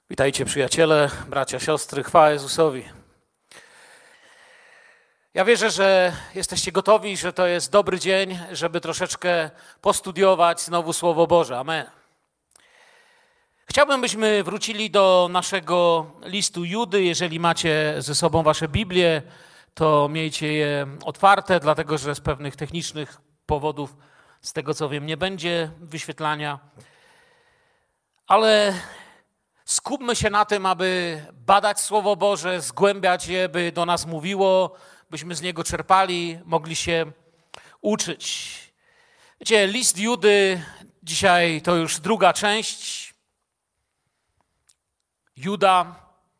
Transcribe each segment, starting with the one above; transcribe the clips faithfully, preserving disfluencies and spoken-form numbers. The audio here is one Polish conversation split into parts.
Witajcie przyjaciele, bracia, siostry, chwała Jezusowi. Ja wierzę, że jesteście gotowi, że to jest dobry dzień, żeby troszeczkę postudiować znowu Słowo Boże. Amen. Chciałbym, byśmy wrócili do naszego listu Judy. Jeżeli macie ze sobą wasze Biblie, to miejcie je otwarte, dlatego że z pewnych technicznych powodów, z tego co wiem, nie będzie wyświetlania. Ale skupmy się na tym, aby badać Słowo Boże, zgłębiać je, by do nas mówiło, byśmy z niego czerpali, mogli się uczyć. Wiecie, list Judy, dzisiaj to już druga część. Juda,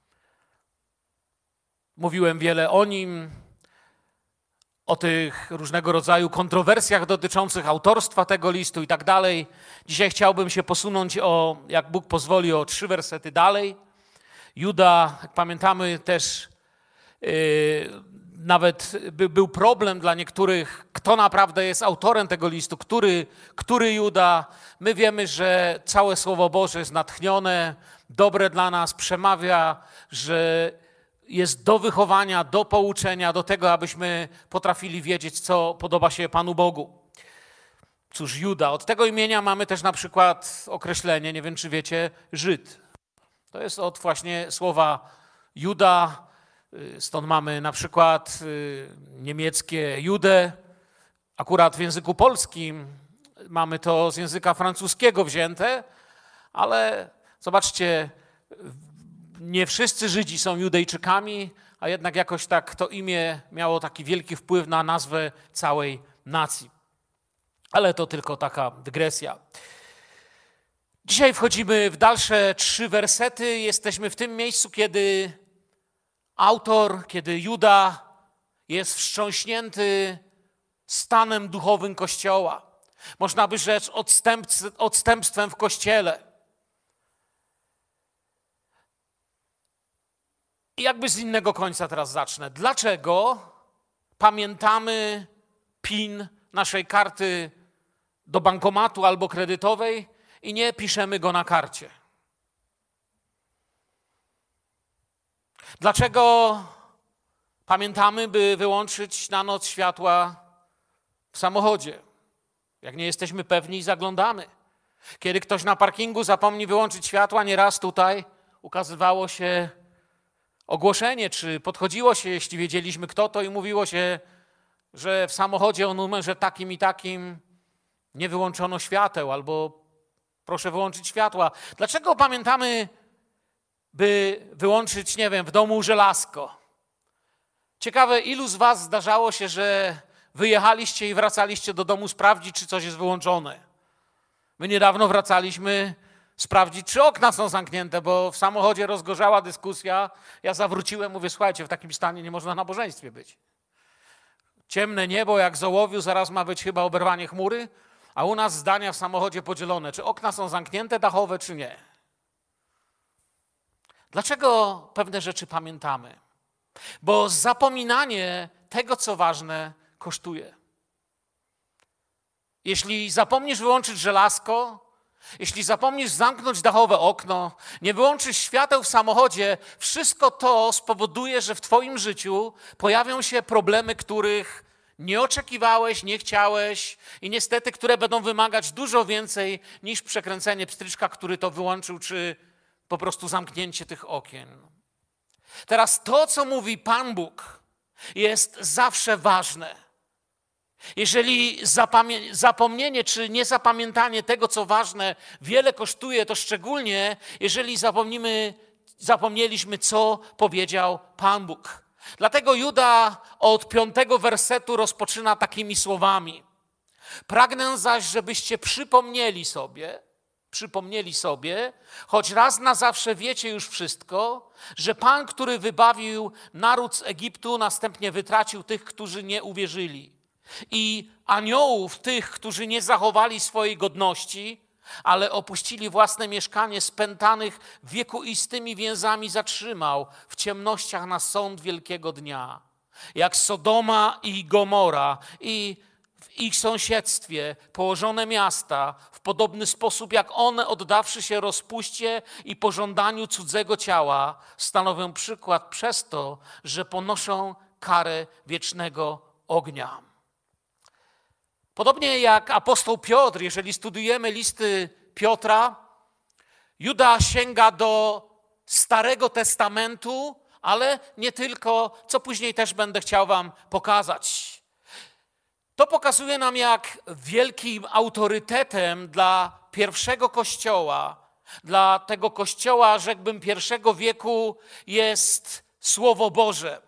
mówiłem wiele o nim, o tych różnego rodzaju kontrowersjach dotyczących autorstwa tego listu i tak dalej. Dzisiaj chciałbym się posunąć o, jak Bóg pozwoli, o trzy wersety dalej. Juda, jak pamiętamy, też yy, nawet by, był problem dla niektórych, kto naprawdę jest autorem tego listu, który, który Juda. My wiemy, że całe Słowo Boże jest natchnione, dobre dla nas, przemawia, że jest do wychowania, do pouczenia, do tego, abyśmy potrafili wiedzieć, co podoba się Panu Bogu. Cóż, Juda. Od tego imienia mamy też na przykład określenie, nie wiem czy wiecie, Żyd. To jest od właśnie słowa Juda, stąd mamy na przykład niemieckie Judę. Akurat w języku polskim mamy to z języka francuskiego wzięte, ale zobaczcie, nie wszyscy Żydzi są Judejczykami, a jednak jakoś tak to imię miało taki wielki wpływ na nazwę całej nacji. Ale to tylko taka dygresja. Dzisiaj wchodzimy w dalsze trzy wersety. Jesteśmy w tym miejscu, kiedy autor, kiedy Juda jest wstrząśnięty stanem duchowym Kościoła. Można by rzec odstępstwem w Kościele. I jakby z innego końca teraz zacznę. Dlaczego pamiętamy PIN naszej karty do bankomatu albo kredytowej i nie piszemy go na karcie? Dlaczego pamiętamy, by wyłączyć na noc światła w samochodzie? Jak nie jesteśmy pewni, zaglądamy. Kiedy ktoś na parkingu zapomni wyłączyć światła, nieraz tutaj ukazywało się ogłoszenie, czy podchodziło się, jeśli wiedzieliśmy kto to, i mówiło się, że w samochodzie o numerze takim i takim nie wyłączono świateł, albo proszę wyłączyć światła. Dlaczego pamiętamy, by wyłączyć, nie wiem, w domu żelazko? Ciekawe, ilu z was zdarzało się, że wyjechaliście i wracaliście do domu sprawdzić, czy coś jest wyłączone? My niedawno wracaliśmy sprawdzić, czy okna są zamknięte, bo w samochodzie rozgorzała dyskusja. Ja zawróciłem, mówię, słuchajcie, w takim stanie nie można na nabożeństwie być. Ciemne niebo jak z ołowiu, zaraz ma być chyba oberwanie chmury, a u nas zdania w samochodzie podzielone, czy okna są zamknięte dachowe, czy nie. Dlaczego pewne rzeczy pamiętamy? Bo zapominanie tego, co ważne, kosztuje. Jeśli zapomnisz wyłączyć żelazko, jeśli zapomnisz zamknąć dachowe okno, nie wyłączysz świateł w samochodzie, wszystko to spowoduje, że w twoim życiu pojawią się problemy, których nie oczekiwałeś, nie chciałeś i niestety, które będą wymagać dużo więcej niż przekręcenie pstryczka, który to wyłączył, czy po prostu zamknięcie tych okien. Teraz to, co mówi Pan Bóg, jest zawsze ważne. Jeżeli zapomnienie czy niezapamiętanie tego, co ważne, wiele kosztuje, to szczególnie, jeżeli zapomnimy, zapomnieliśmy, co powiedział Pan Bóg. Dlatego Juda od piątego wersetu rozpoczyna takimi słowami. Pragnę zaś, żebyście przypomnieli sobie, przypomnieli sobie, choć raz na zawsze wiecie już wszystko, że Pan, który wybawił naród z Egiptu, następnie wytracił tych, którzy nie uwierzyli. I aniołów, tych, którzy nie zachowali swojej godności, ale opuścili własne mieszkanie, spętanych wiekuistymi więzami, zatrzymał w ciemnościach na sąd wielkiego dnia. Jak Sodoma i Gomora i w ich sąsiedztwie położone miasta w podobny sposób jak one, oddawszy się rozpuście i pożądaniu cudzego ciała, stanowią przykład przez to, że ponoszą karę wiecznego ognia. Podobnie jak apostoł Piotr, jeżeli studujemy listy Piotra, Juda sięga do Starego Testamentu, ale nie tylko, co później też będę chciał wam pokazać. To pokazuje nam, jak wielkim autorytetem dla pierwszego Kościoła, dla tego Kościoła, rzekłbym, pierwszego wieku jest Słowo Boże.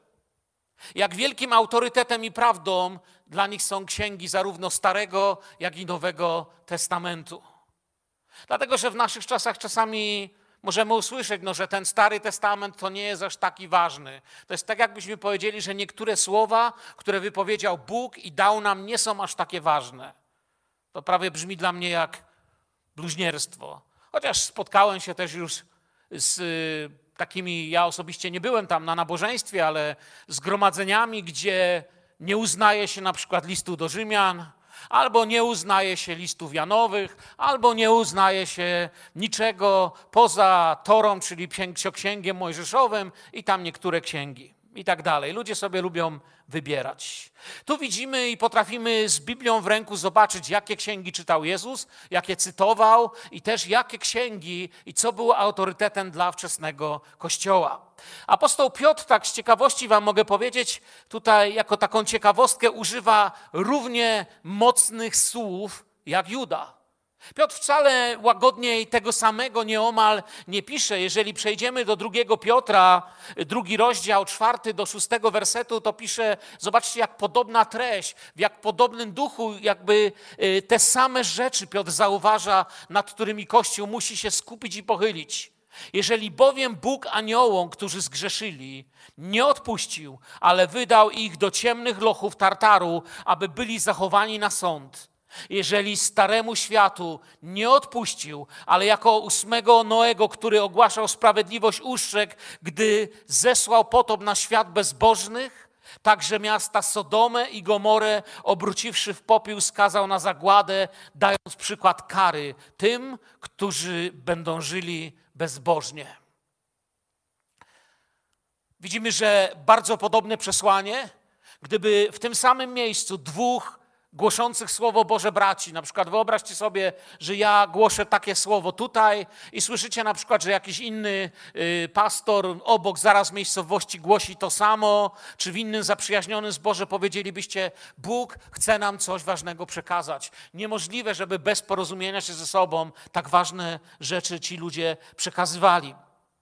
Jak wielkim autorytetem i prawdą dla nich są księgi zarówno Starego, jak i Nowego Testamentu. Dlatego, że w naszych czasach czasami możemy usłyszeć, no, że ten Stary Testament to nie jest aż taki ważny. To jest tak, jakbyśmy powiedzieli, że niektóre słowa, które wypowiedział Bóg i dał nam, nie są aż takie ważne. To prawie brzmi dla mnie jak bluźnierstwo. Chociaż spotkałem się też już z y, takimi, ja osobiście nie byłem tam na nabożeństwie, ale zgromadzeniami, gdzie nie uznaje się na przykład listu do Rzymian, albo nie uznaje się listów Janowych, albo nie uznaje się niczego poza Torą, czyli księgiem mojżeszowym i tam niektóre księgi i tak dalej. Ludzie sobie lubią wybierać. Tu widzimy i potrafimy z Biblią w ręku zobaczyć, jakie księgi czytał Jezus, jakie cytował i też jakie księgi i co było autorytetem dla wczesnego Kościoła. Apostoł Piotr, tak z ciekawości wam mogę powiedzieć, tutaj jako taką ciekawostkę używa równie mocnych słów jak Juda. Piotr wcale łagodniej tego samego nieomal nie pisze. Jeżeli przejdziemy do drugiego Piotra, drugi rozdział, czwarty do szóstego wersetu, to pisze, zobaczcie, jak podobna treść, w jak podobnym duchu, jakby te same rzeczy Piotr zauważa, nad którymi Kościół musi się skupić i pochylić. Jeżeli bowiem Bóg aniołom, którzy zgrzeszyli, nie odpuścił, ale wydał ich do ciemnych lochów Tartaru, aby byli zachowani na sąd. Jeżeli staremu światu nie odpuścił, ale jako ósmego Noego, który ogłaszał sprawiedliwość, ustrzegł, gdy zesłał potop na świat bezbożnych, także miasta Sodomę i Gomorę, obróciwszy w popiół, skazał na zagładę, dając przykład kary tym, którzy będą żyli bezbożnie. Widzimy, że bardzo podobne przesłanie, gdyby w tym samym miejscu dwóch głoszących Słowo Boże braci, na przykład wyobraźcie sobie, że ja głoszę takie słowo tutaj i słyszycie na przykład, że jakiś inny y, pastor obok, zaraz w miejscowości głosi to samo, czy w innym zaprzyjaźnionym zborze powiedzielibyście, Bóg chce nam coś ważnego przekazać. Niemożliwe, żeby bez porozumienia się ze sobą tak ważne rzeczy ci ludzie przekazywali.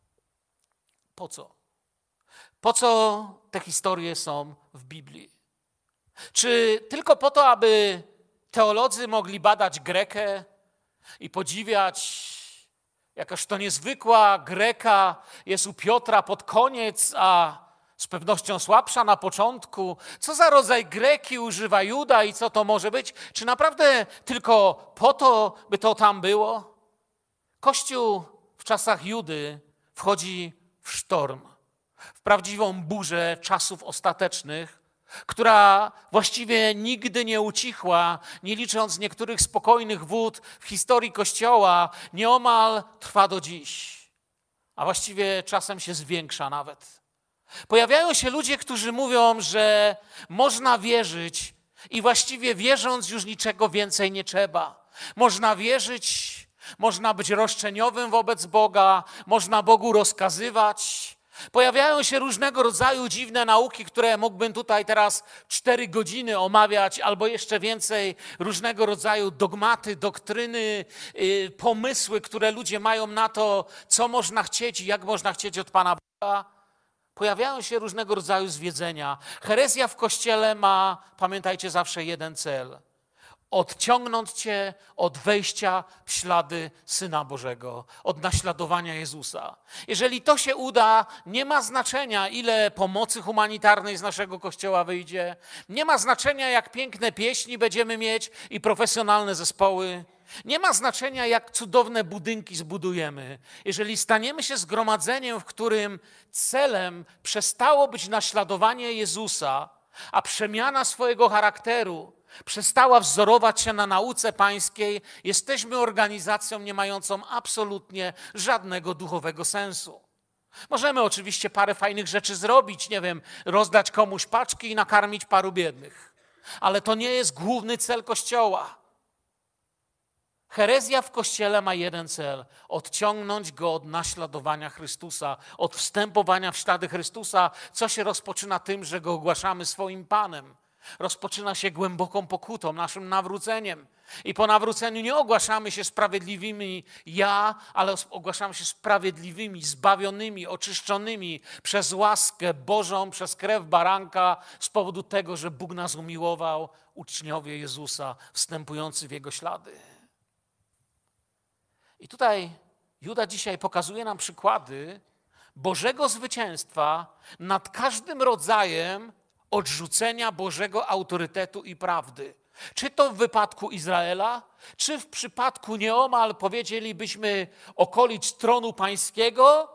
Po co? Po co te historie są w Biblii? Czy tylko po to, aby teolodzy mogli badać Grekę i podziwiać, jakaż to niezwykła Greka jest u Piotra pod koniec, a z pewnością słabsza na początku? Co za rodzaj Greki używa Juda i co to może być? Czy naprawdę tylko po to, by to tam było? Kościół w czasach Judy wchodzi w sztorm, w prawdziwą burzę czasów ostatecznych, która właściwie nigdy nie ucichła, nie licząc niektórych spokojnych wód w historii Kościoła, nieomal trwa do dziś, a właściwie czasem się zwiększa nawet. Pojawiają się ludzie, którzy mówią, że można wierzyć i właściwie wierząc już niczego więcej nie trzeba. Można wierzyć, można być roszczeniowym wobec Boga, można Bogu rozkazywać. Pojawiają się różnego rodzaju dziwne nauki, które mógłbym tutaj teraz cztery godziny omawiać, albo jeszcze więcej, różnego rodzaju dogmaty, doktryny, yy, pomysły, które ludzie mają na to, co można chcieć i jak można chcieć od Pana Boga. Pojawiają się różnego rodzaju zwiedzenia. Herezja w Kościele ma, pamiętajcie, zawsze jeden cel. Odciągnąć cię od wejścia w ślady Syna Bożego, od naśladowania Jezusa. Jeżeli to się uda, nie ma znaczenia, ile pomocy humanitarnej z naszego Kościoła wyjdzie. Nie ma znaczenia, jak piękne pieśni będziemy mieć i profesjonalne zespoły. Nie ma znaczenia, jak cudowne budynki zbudujemy. Jeżeli staniemy się zgromadzeniem, w którym celem przestało być naśladowanie Jezusa, a przemiana swojego charakteru, przestała wzorować się na nauce pańskiej, jesteśmy organizacją nie mającą absolutnie żadnego duchowego sensu. Możemy oczywiście parę fajnych rzeczy zrobić, nie wiem, rozdać komuś paczki i nakarmić paru biednych, ale to nie jest główny cel Kościoła. Herezja w Kościele ma jeden cel: odciągnąć go od naśladowania Chrystusa, od wstępowania w ślady Chrystusa, co się rozpoczyna tym, że go ogłaszamy swoim Panem. Rozpoczyna się głęboką pokutą, naszym nawróceniem. I po nawróceniu nie ogłaszamy się sprawiedliwymi ja, ale ogłaszamy się sprawiedliwymi, zbawionymi, oczyszczonymi przez łaskę Bożą, przez krew baranka, z powodu tego, że Bóg nas umiłował, uczniowie Jezusa, wstępujący w Jego ślady. I tutaj Juda dzisiaj pokazuje nam przykłady Bożego zwycięstwa nad każdym rodzajem odrzucenia Bożego autorytetu i prawdy. Czy to w wypadku Izraela, czy w przypadku nieomal, powiedzielibyśmy, okolic tronu pańskiego,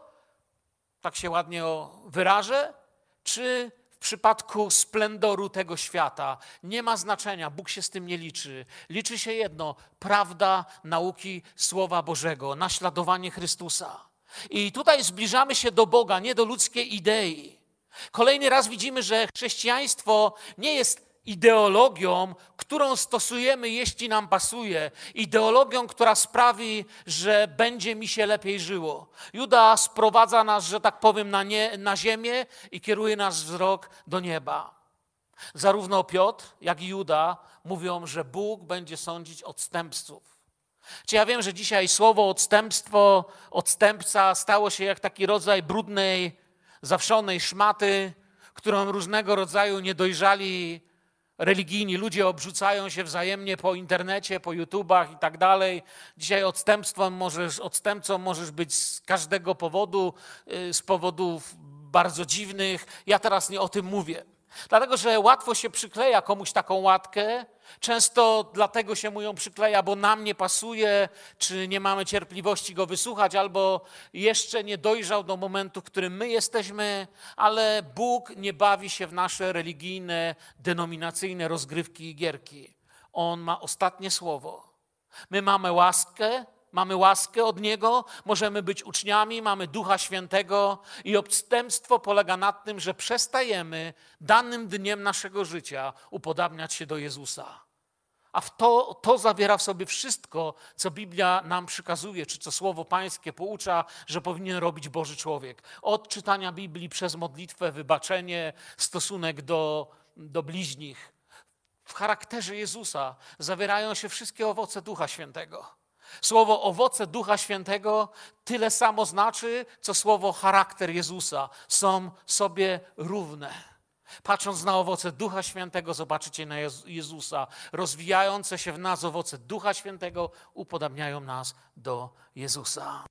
tak się ładnie wyrażę, czy w przypadku splendoru tego świata. Nie ma znaczenia, Bóg się z tym nie liczy. Liczy się jedno: prawda nauki Słowa Bożego, naśladowanie Chrystusa. I tutaj zbliżamy się do Boga, nie do ludzkiej idei. Kolejny raz widzimy, że chrześcijaństwo nie jest ideologią, którą stosujemy, jeśli nam pasuje. Ideologią, która sprawi, że będzie mi się lepiej żyło. Juda sprowadza nas, że tak powiem, na, nie, na ziemię i kieruje nasz wzrok do nieba. Zarówno Piotr, jak i Juda mówią, że Bóg będzie sądzić odstępców. Czy ja wiem, że dzisiaj słowo odstępstwo, odstępca stało się jak taki rodzaj brudnej, zawszonej szmaty, którą różnego rodzaju niedojrzali religijni ludzie obrzucają się wzajemnie po internecie, po YouTubach i tak dalej. Dzisiaj odstępstwem możesz, odstępcą możesz być z każdego powodu, z powodów bardzo dziwnych. Ja teraz nie o tym mówię. Dlatego, że łatwo się przykleja komuś taką łatkę. Często dlatego się mu ją przykleja, bo nam nie pasuje, czy nie mamy cierpliwości go wysłuchać, albo jeszcze nie dojrzał do momentu, w którym my jesteśmy, ale Bóg nie bawi się w nasze religijne, denominacyjne rozgrywki i gierki. On ma ostatnie słowo. My mamy łaskę, mamy łaskę od Niego, możemy być uczniami, mamy Ducha Świętego i odstępstwo polega na tym, że przestajemy danym dniem naszego życia upodabniać się do Jezusa. A w to, to zawiera w sobie wszystko, co Biblia nam przykazuje, czy co Słowo Pańskie poucza, że powinien robić Boży człowiek. Od czytania Biblii przez modlitwę, wybaczenie, stosunek do, do bliźnich. W charakterze Jezusa zawierają się wszystkie owoce Ducha Świętego. Słowo owoce Ducha Świętego tyle samo znaczy, co słowo charakter Jezusa. Są sobie równe. Patrząc na owoce Ducha Świętego, zobaczycie na Jezusa. Rozwijające się w nas owoce Ducha Świętego upodabniają nas do Jezusa.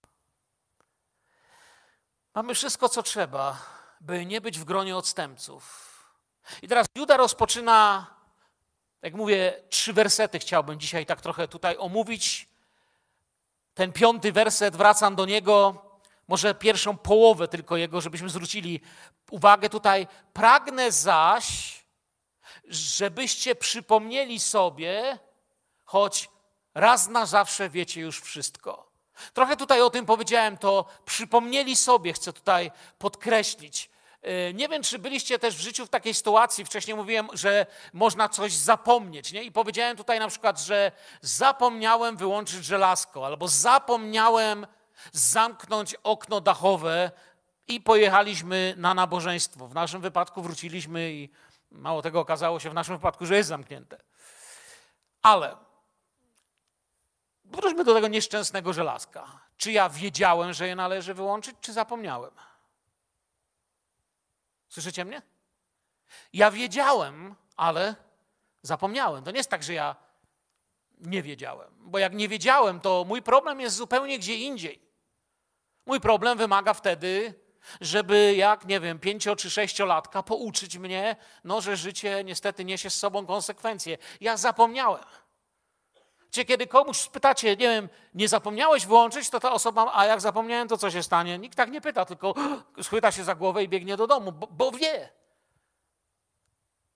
Mamy wszystko, co trzeba, by nie być w gronie odstępców. I teraz Juda rozpoczyna, jak mówię, trzy wersety chciałbym dzisiaj tak trochę tutaj omówić. Ten piąty werset, wracam do niego, może pierwszą połowę tylko jego, żebyśmy zwrócili uwagę tutaj. Pragnę zaś, żebyście przypomnieli sobie, choć raz na zawsze wiecie już wszystko. Trochę tutaj o tym powiedziałem, to przypomnieli sobie, chcę tutaj podkreślić. Nie wiem, czy byliście też w życiu w takiej sytuacji, wcześniej mówiłem, że można coś zapomnieć, nie? I powiedziałem tutaj na przykład, że zapomniałem wyłączyć żelazko, albo zapomniałem zamknąć okno dachowe i pojechaliśmy na nabożeństwo. W naszym wypadku wróciliśmy i mało tego, okazało się w naszym wypadku, że jest zamknięte. Ale wróćmy do tego nieszczęsnego żelazka. Czy ja wiedziałem, że je należy wyłączyć, czy zapomniałem? Słyszycie mnie? Ja wiedziałem, ale zapomniałem. To nie jest tak, że ja nie wiedziałem. Bo jak nie wiedziałem, to mój problem jest zupełnie gdzie indziej. Mój problem wymaga wtedy, żeby jak, nie wiem, pięcio czy sześciolatka pouczyć mnie, no, że życie niestety niesie z sobą konsekwencje. Ja zapomniałem. Czy kiedy komuś spytacie, nie wiem, nie zapomniałeś włączyć, to ta osoba, a jak zapomniałem, to co się stanie? Nikt tak nie pyta, tylko schwyta się za głowę i biegnie do domu, bo, bo wie.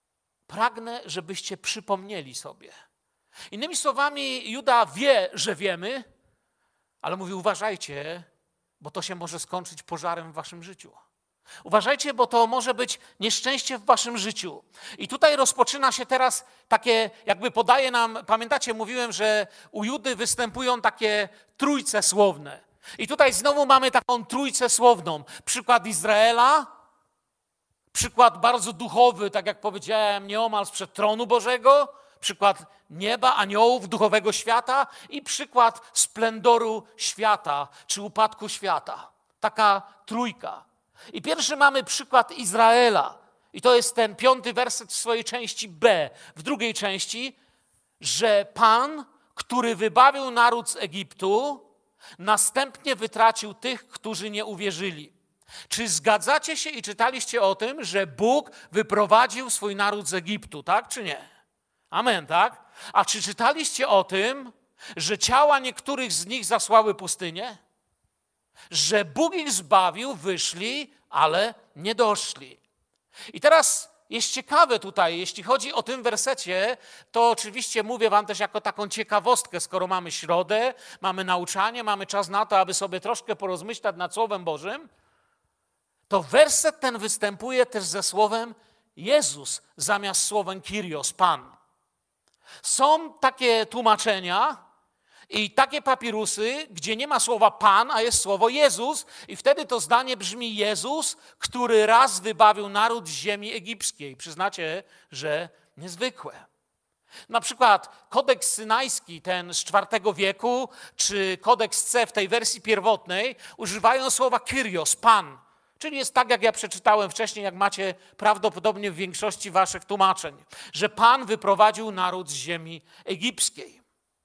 pragnę, żebyście przypomnieli sobie. Innymi słowami, Juda wie, że wiemy, ale mówi, uważajcie, bo to się może skończyć pożarem w waszym życiu. Uważajcie, bo to może być nieszczęście w waszym życiu. I tutaj rozpoczyna się teraz takie, jakby podaje nam, pamiętacie, mówiłem, że u Judy występują takie trójce słowne. I tutaj znowu mamy taką trójcę słowną. Przykład Izraela, przykład bardzo duchowy, tak jak powiedziałem, nieomal sprzed tronu Bożego, przykład nieba, aniołów, duchowego świata i przykład splendoru świata, czy upadku świata. Taka trójka. I pierwszy mamy przykład Izraela. I to jest ten piąty werset w swojej części B. W drugiej części, że Pan, który wybawił naród z Egiptu, następnie wytracił tych, którzy nie uwierzyli. Czy zgadzacie się i czytaliście o tym, że Bóg wyprowadził swój naród z Egiptu, tak czy nie? Amen, tak? A czy czytaliście o tym, że ciała niektórych z nich zasłały pustynię? Że Bóg ich zbawił, wyszli, ale nie doszli. I teraz jest ciekawe tutaj, jeśli chodzi o tym wersecie, to oczywiście mówię wam też jako taką ciekawostkę, skoro mamy środę, mamy nauczanie, mamy czas na to, aby sobie troszkę porozmyślać nad Słowem Bożym, to werset ten występuje też ze słowem Jezus zamiast słowem Kyrios, Pan. Są takie tłumaczenia i takie papirusy, gdzie nie ma słowa Pan, a jest słowo Jezus i wtedy to zdanie brzmi Jezus, który raz wybawił naród z ziemi egipskiej. Przyznacie, że niezwykłe. Na przykład kodeks synajski, ten z czwartego wieku, czy kodeks C w tej wersji pierwotnej, używają słowa Kyrios, Pan. Czyli jest tak, jak ja przeczytałem wcześniej, jak macie prawdopodobnie w większości waszych tłumaczeń, że Pan wyprowadził naród z ziemi egipskiej.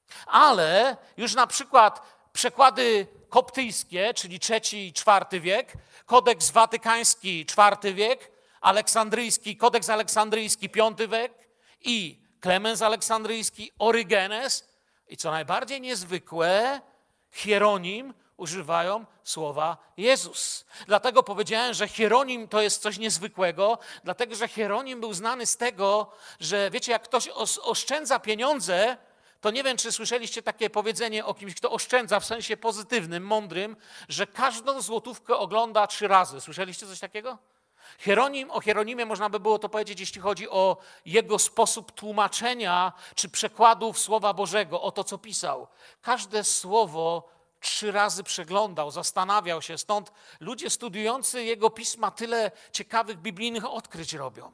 Ale już na przykład przekłady koptyjskie, czyli trzeci i czwarty wiek, kodeks watykański, czwarty wiek, aleksandryjski, kodeks aleksandryjski, piąty wiek i Klemens aleksandryjski, Orygenes i co najbardziej niezwykłe, Hieronim, używają słowa Jezus. Dlatego powiedziałem, że Hieronim to jest coś niezwykłego, dlatego że Hieronim był znany z tego, że wiecie, jak ktoś oszczędza pieniądze, to nie wiem, czy słyszeliście takie powiedzenie o kimś, kto oszczędza w sensie pozytywnym, mądrym, że każdą złotówkę ogląda trzy razy. Słyszeliście coś takiego? Hieronim, o Hieronimie można by było to powiedzieć, jeśli chodzi o jego sposób tłumaczenia czy przekładów Słowa Bożego, o to, co pisał. Każde słowo trzy razy przeglądał, zastanawiał się, stąd ludzie studiujący jego pisma tyle ciekawych biblijnych odkryć robią.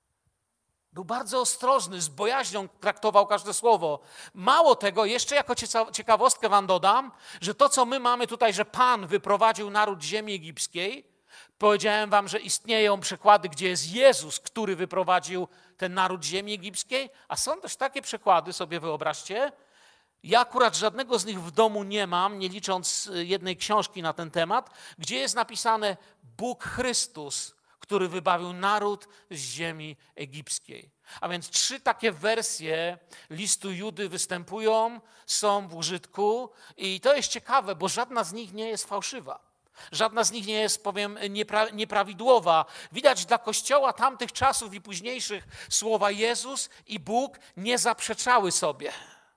Był bardzo ostrożny, z bojaźnią traktował każde słowo. Mało tego, jeszcze jako ciekawostkę wam dodam, że to, co my mamy tutaj, że Pan wyprowadził naród z ziemi egipskiej, powiedziałem wam, że istnieją przekłady, gdzie jest Jezus, który wyprowadził ten naród z ziemi egipskiej, a są też takie przekłady, sobie wyobraźcie. Ja akurat żadnego z nich w domu nie mam, nie licząc jednej książki na ten temat, gdzie jest napisane Bóg Chrystus, który wybawił naród z ziemi egipskiej. A więc trzy takie wersje listu Judy występują, są w użytku i to jest ciekawe, bo żadna z nich nie jest fałszywa. Żadna z nich nie jest, powiem, niepra- nieprawidłowa. Widać dla Kościoła tamtych czasów i późniejszych słowa Jezus i Bóg nie zaprzeczały sobie.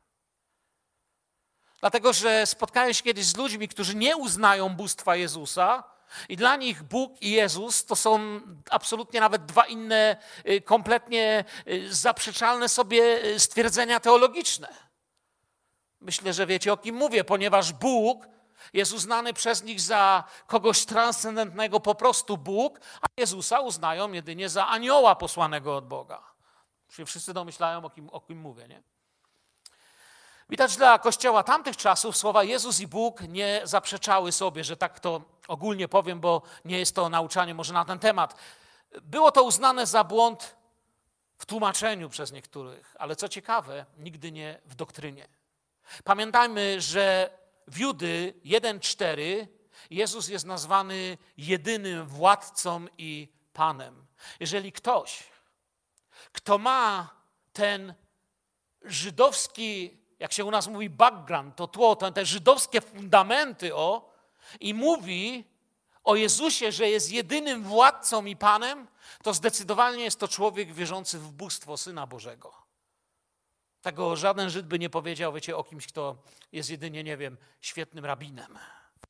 Dlatego, że spotkałem się kiedyś z ludźmi, którzy nie uznają bóstwa Jezusa i dla nich Bóg i Jezus to są absolutnie nawet dwa inne, kompletnie zaprzeczalne sobie stwierdzenia teologiczne. Myślę, że wiecie, o kim mówię, ponieważ Bóg jest uznany przez nich za kogoś transcendentnego, po prostu Bóg, a Jezusa uznają jedynie za anioła posłanego od Boga. Się wszyscy domyślają, o kim, o kim mówię, nie? Widać dla Kościoła tamtych czasów słowa Jezus i Bóg nie zaprzeczały sobie, że tak to ogólnie powiem, bo nie jest to nauczanie może na ten temat. Było to uznane za błąd w tłumaczeniu przez niektórych, ale co ciekawe, nigdy nie w doktrynie. Pamiętajmy, że w Judy jeden cztery Jezus jest nazwany jedynym władcą i Panem. Jeżeli ktoś, kto ma ten żydowski, jak się u nas mówi, background, to tło, te żydowskie fundamenty, o, i mówi o Jezusie, że jest jedynym władcą i Panem, to zdecydowanie jest to człowiek wierzący w bóstwo Syna Bożego. Tego żaden Żyd by nie powiedział, wiecie, o kimś, kto jest jedynie, nie wiem, świetnym rabinem.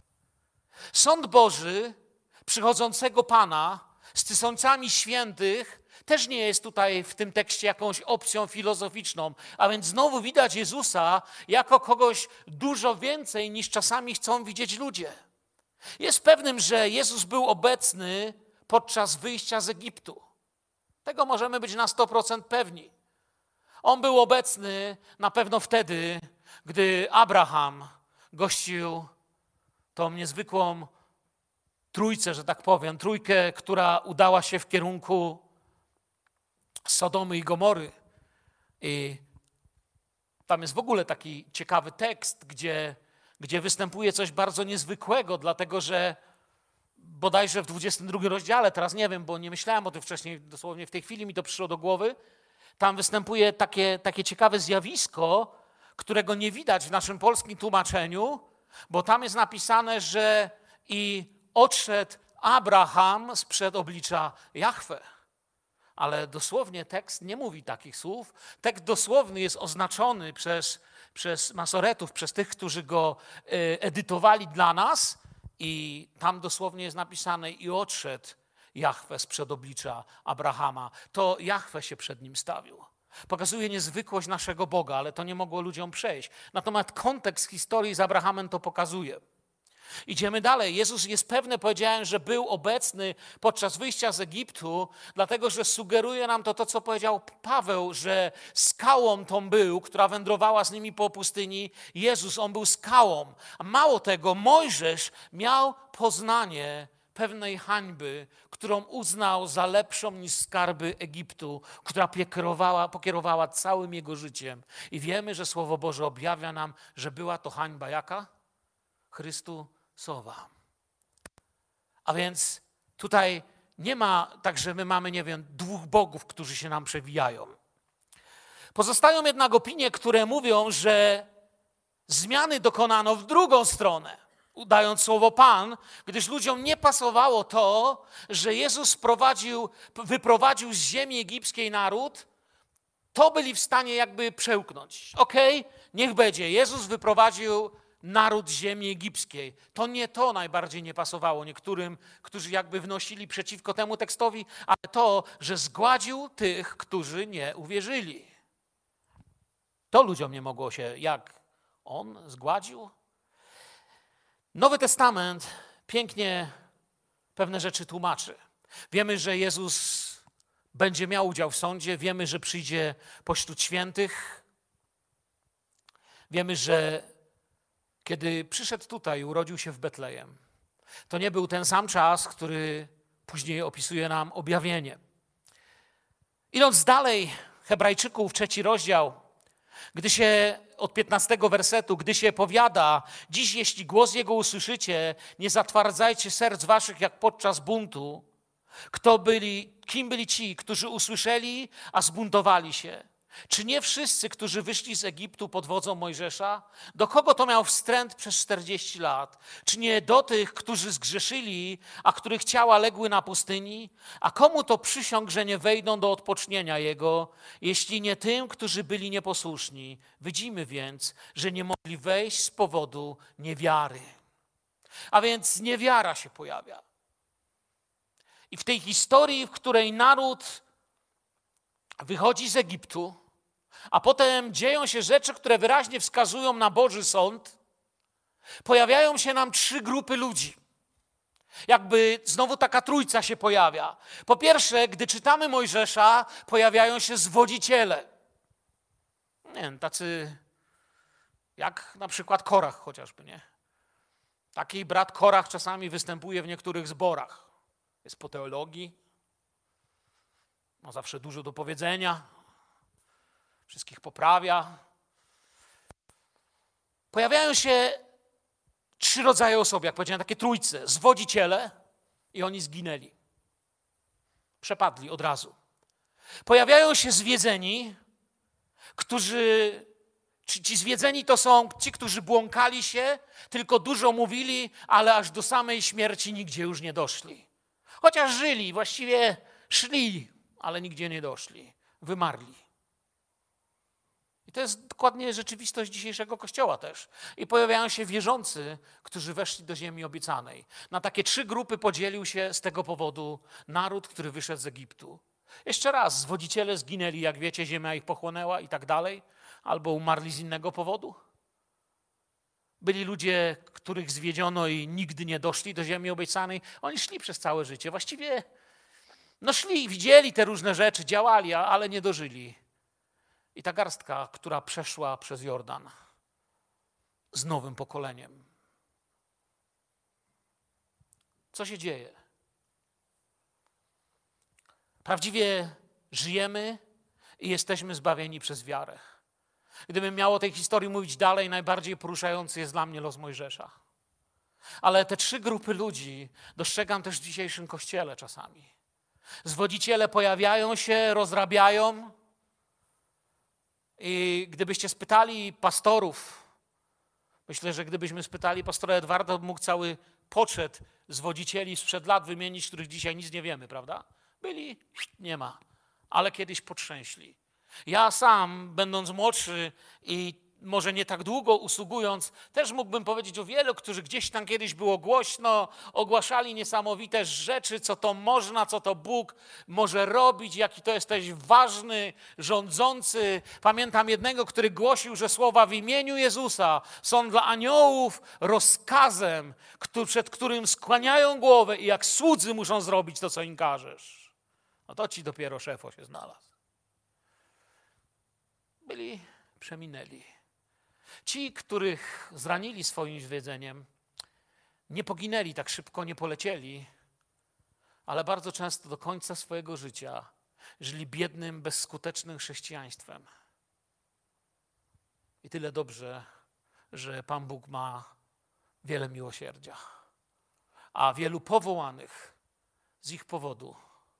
Sąd Boży przychodzącego Pana z tysiącami świętych też nie jest tutaj w tym tekście jakąś opcją filozoficzną, a więc znowu widać Jezusa jako kogoś dużo więcej niż czasami chcą widzieć ludzie. Jest pewnym, że Jezus był obecny podczas wyjścia z Egiptu. Tego możemy być na sto procent pewni. On był obecny na pewno wtedy, gdy Abraham gościł tą niezwykłą trójcę, że tak powiem, trójkę, która udała się w kierunku Sodomy i Gomory. I tam jest w ogóle taki ciekawy tekst, gdzie, gdzie występuje coś bardzo niezwykłego, dlatego że bodajże w dwudziestym drugim rozdziale, teraz nie wiem, bo nie myślałem o tym wcześniej, dosłownie w tej chwili mi to przyszło do głowy, tam występuje takie, takie ciekawe zjawisko, którego nie widać w naszym polskim tłumaczeniu, bo tam jest napisane, że i odszedł Abraham sprzed oblicza Jahwe. Ale dosłownie tekst nie mówi takich słów. Tekst dosłowny jest oznaczony przez, przez masoretów, przez tych, którzy go edytowali dla nas i tam dosłownie jest napisane i odszedł Jahwe sprzed oblicza Abrahama. To Jahwe się przed nim stawił. Pokazuje niezwykłość naszego Boga, ale to nie mogło ludziom przejść. Natomiast kontekst historii z Abrahamem to pokazuje. Idziemy dalej. Jezus jest pewny, powiedziałem, że był obecny podczas wyjścia z Egiptu, dlatego że sugeruje nam to, to co powiedział Paweł, że skałą tą był, która wędrowała z nimi po pustyni. Jezus, on był skałą. A mało tego, Mojżesz miał poznanie pewnej hańby, którą uznał za lepszą niż skarby Egiptu, która pokierowała, pokierowała całym jego życiem. I wiemy, że Słowo Boże objawia nam, że była to hańba jaka? Chrystusowa. A więc tutaj nie ma tak, że my mamy, nie wiem, dwóch bogów, którzy się nam przewijają. Pozostają jednak opinie, które mówią, że zmiany dokonano w drugą stronę, udając słowo Pan, gdyż ludziom nie pasowało to, że Jezus wprowadził, wyprowadził z ziemi egipskiej naród, to byli w stanie jakby przełknąć. Okej, okay, niech będzie. Jezus wyprowadził naród z ziemi egipskiej. To nie to najbardziej nie pasowało niektórym, którzy jakby wnosili przeciwko temu tekstowi, ale to, że zgładził tych, którzy nie uwierzyli. To ludziom nie mogło się, jak on zgładził? Nowy Testament pięknie pewne rzeczy tłumaczy. Wiemy, że Jezus będzie miał udział w sądzie, wiemy, że przyjdzie pośród świętych. Wiemy, że kiedy przyszedł tutaj, urodził się w Betlejem, to nie był ten sam czas, który później opisuje nam objawienie. Idąc dalej, Hebrajczyków, trzeci rozdział, gdy się od piętnastego wersetu, gdy się powiada, dziś jeśli głos Jego usłyszycie, nie zatwardzajcie serc waszych jak podczas buntu. Kto byli, kim byli ci, którzy usłyszeli, a zbuntowali się? Czy nie wszyscy, którzy wyszli z Egiptu pod wodzą Mojżesza? Do kogo to miał wstręt przez czterdzieści lat? Czy nie do tych, którzy zgrzeszyli, a których ciała legły na pustyni? A komu to przysiąg, że nie wejdą do odpocznienia Jego, jeśli nie tym, którzy byli nieposłuszni? Widzimy więc, że nie mogli wejść z powodu niewiary. A więc niewiara się pojawia. I w tej historii, w której naród wychodzi z Egiptu, a potem dzieją się rzeczy, które wyraźnie wskazują na Boży sąd, pojawiają się nam trzy grupy ludzi. Jakby znowu taka trójca się pojawia. Po pierwsze, gdy czytamy Mojżesza, pojawiają się zwodziciele. Nie wiem, tacy jak na przykład Korach chociażby, nie? Taki brat Korach czasami występuje w niektórych zborach. Jest po teologii, ma zawsze dużo do powiedzenia, wszystkich poprawia. Pojawiają się trzy rodzaje osób, jak powiedziałem, takie trójce. Zwodziciele i oni zginęli. Przepadli od razu. Pojawiają się zwiedzeni, którzy Ci, ci zwiedzeni to są ci, którzy błąkali się, tylko dużo mówili, ale aż do samej śmierci nigdzie już nie doszli. Chociaż żyli, właściwie szli, ale nigdzie nie doszli. Wymarli. I to jest dokładnie rzeczywistość dzisiejszego Kościoła też. I pojawiają się wierzący, którzy weszli do ziemi obiecanej. Na takie trzy grupy podzielił się z tego powodu naród, który wyszedł z Egiptu. Jeszcze raz, zwodziciele zginęli, jak wiecie, ziemia ich pochłonęła i tak dalej, albo umarli z innego powodu. Byli ludzie, których zwiedziono i nigdy nie doszli do ziemi obiecanej. Oni szli przez całe życie. Właściwie no szli, widzieli te różne rzeczy, działali, ale nie dożyli. I ta garstka, która przeszła przez Jordan z nowym pokoleniem. Co się dzieje? Prawdziwie żyjemy i jesteśmy zbawieni przez wiarę. Gdybym miał o tej historii mówić dalej, najbardziej poruszający jest dla mnie los Mojżesza. Ale te trzy grupy ludzi dostrzegam też w dzisiejszym Kościele czasami. Zwodziciele pojawiają się, rozrabiają i gdybyście spytali pastorów, myślę, że gdybyśmy spytali pastora Edwarda, to mógł cały poczet zwodzicieli sprzed lat wymienić, których dzisiaj nic nie wiemy, prawda? Byli, nie ma, ale kiedyś potrzęśli. Ja sam, będąc młodszy i może nie tak długo usługując, też mógłbym powiedzieć o wielu, którzy gdzieś tam kiedyś było głośno, ogłaszali niesamowite rzeczy, co to można, co to Bóg może robić, jaki to jesteś ważny, rządzący. Pamiętam jednego, który głosił, że słowa w imieniu Jezusa są dla aniołów rozkazem, przed którym skłaniają głowę i jak słudzy muszą zrobić to, co im każesz. No to ci dopiero szefo się znalazł. Byli, przeminęli. Ci, których zranili swoim zwiedzeniem, nie poginęli tak szybko, nie polecieli, ale bardzo często do końca swojego życia żyli biednym, bezskutecznym chrześcijaństwem. I tyle dobrze, że Pan Bóg ma wiele miłosierdzia, a wielu powołanych z ich powodu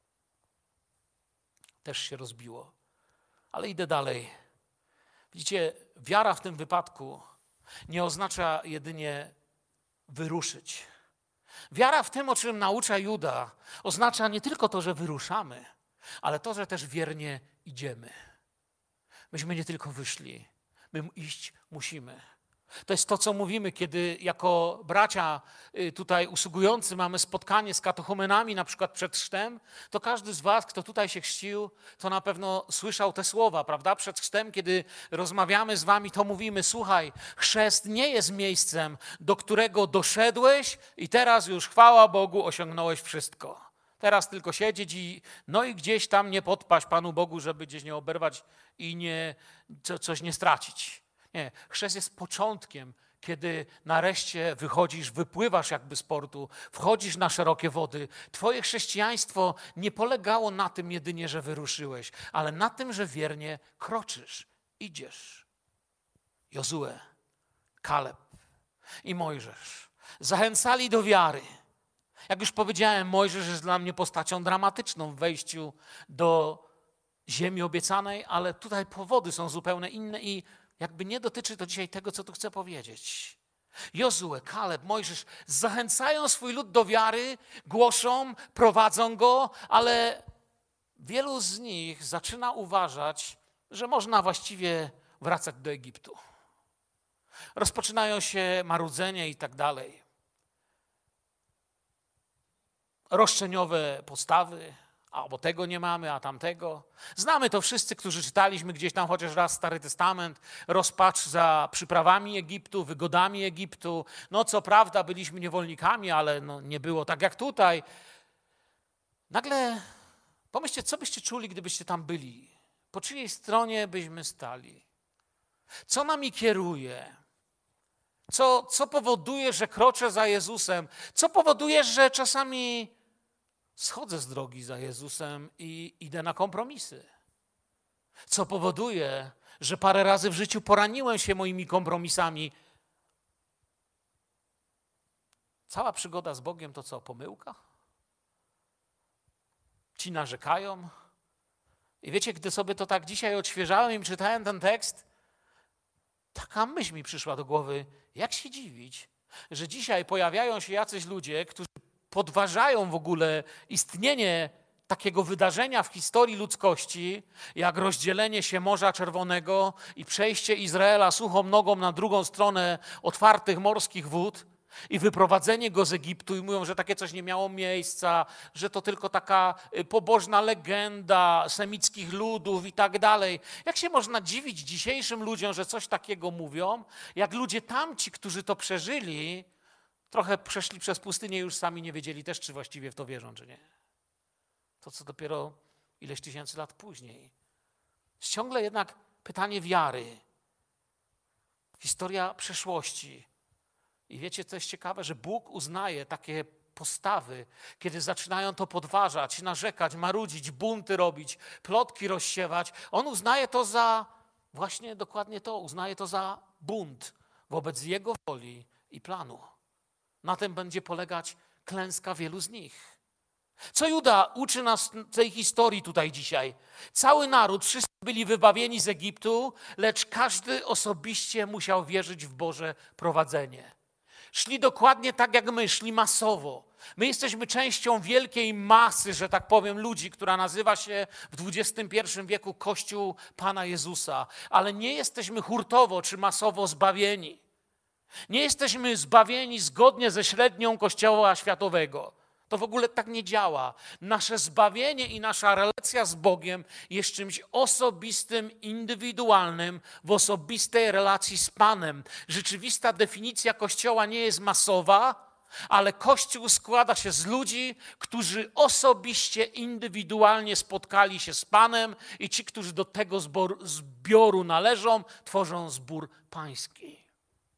też się rozbiło. Ale idę dalej. Widzicie, wiara w tym wypadku nie oznacza jedynie wyruszyć. Wiara w tym, o czym naucza Juda, oznacza nie tylko to, że wyruszamy, ale to, że też wiernie idziemy. Myśmy nie tylko wyszli, my iść musimy. To jest to, co mówimy, kiedy jako bracia tutaj usługujący mamy spotkanie z katechumenami, na przykład przed chrztem, to każdy z was, kto tutaj się chrzcił, to na pewno słyszał te słowa, prawda? Przed chrztem, kiedy rozmawiamy z wami, to mówimy, słuchaj, chrzest nie jest miejscem, do którego doszedłeś i teraz już, chwała Bogu, osiągnąłeś wszystko. Teraz tylko siedzieć i no i gdzieś tam nie podpaść Panu Bogu, żeby gdzieś nie oberwać i nie, co, coś nie stracić. Nie, chrzest jest początkiem, kiedy nareszcie wychodzisz, wypływasz jakby z portu, wchodzisz na szerokie wody. Twoje chrześcijaństwo nie polegało na tym jedynie, że wyruszyłeś, ale na tym, że wiernie kroczysz, idziesz. Jozue, Kaleb i Mojżesz zachęcali do wiary. Jak już powiedziałem, Mojżesz jest dla mnie postacią dramatyczną w wejściu do ziemi obiecanej, ale tutaj powody są zupełnie inne i jakby nie dotyczy to dzisiaj tego, co tu chcę powiedzieć. Jozue, Kaleb, Mojżesz zachęcają swój lud do wiary, głoszą, prowadzą go, ale wielu z nich zaczyna uważać, że można właściwie wracać do Egiptu. Rozpoczynają się marudzenie i tak dalej. Roszczeniowe postawy. Albo tego nie mamy, a tamtego. Znamy to wszyscy, którzy czytaliśmy gdzieś tam chociaż raz Stary Testament, rozpacz za przyprawami Egiptu, wygodami Egiptu. No co prawda byliśmy niewolnikami, ale no, nie było tak jak tutaj. Nagle pomyślcie, co byście czuli, gdybyście tam byli? Po czyjej stronie byśmy stali? Co nami kieruje? Co, co powoduje, że kroczę za Jezusem? Co powoduje, że czasami schodzę z drogi za Jezusem i idę na kompromisy? Co powoduje, że parę razy w życiu poraniłem się moimi kompromisami? Cała przygoda z Bogiem to co, pomyłka? Ci narzekają. I wiecie, gdy sobie to tak dzisiaj odświeżałem i czytałem ten tekst, taka myśl mi przyszła do głowy, jak się dziwić, że dzisiaj pojawiają się jacyś ludzie, którzy podważają w ogóle istnienie takiego wydarzenia w historii ludzkości, jak rozdzielenie się Morza Czerwonego i przejście Izraela suchą nogą na drugą stronę otwartych morskich wód i wyprowadzenie go z Egiptu i mówią, że takie coś nie miało miejsca, że to tylko taka pobożna legenda semickich ludów i tak dalej. Jak się można dziwić dzisiejszym ludziom, że coś takiego mówią, jak ludzie tamci, którzy to przeżyli, trochę przeszli przez pustynię i już sami nie wiedzieli też, czy właściwie w to wierzą, czy nie. To, co dopiero ileś tysięcy lat później. Jest ciągle jednak pytanie wiary. Historia przeszłości. I wiecie, co jest ciekawe? Że Bóg uznaje takie postawy, kiedy zaczynają to podważać, narzekać, marudzić, bunty robić, plotki rozsiewać. On uznaje to za, właśnie dokładnie to, uznaje to za bunt wobec Jego woli i planu. Na tym będzie polegać klęska wielu z nich. Co Juda uczy nas tej historii tutaj dzisiaj? Cały naród, wszyscy byli wybawieni z Egiptu, lecz każdy osobiście musiał wierzyć w Boże prowadzenie. Szli dokładnie tak, jak my, szli masowo. My jesteśmy częścią wielkiej masy, że tak powiem, ludzi, która nazywa się w dwudziestym pierwszym wieku Kościół Pana Jezusa. Ale nie jesteśmy hurtowo czy masowo zbawieni. Nie jesteśmy zbawieni zgodnie ze średnią Kościoła światowego. To w ogóle tak nie działa. Nasze zbawienie i nasza relacja z Bogiem jest czymś osobistym, indywidualnym, w osobistej relacji z Panem. Rzeczywista definicja Kościoła nie jest masowa, ale Kościół składa się z ludzi, którzy osobiście, indywidualnie spotkali się z Panem i ci, którzy do tego zbor, zbioru należą, tworzą zbór pański.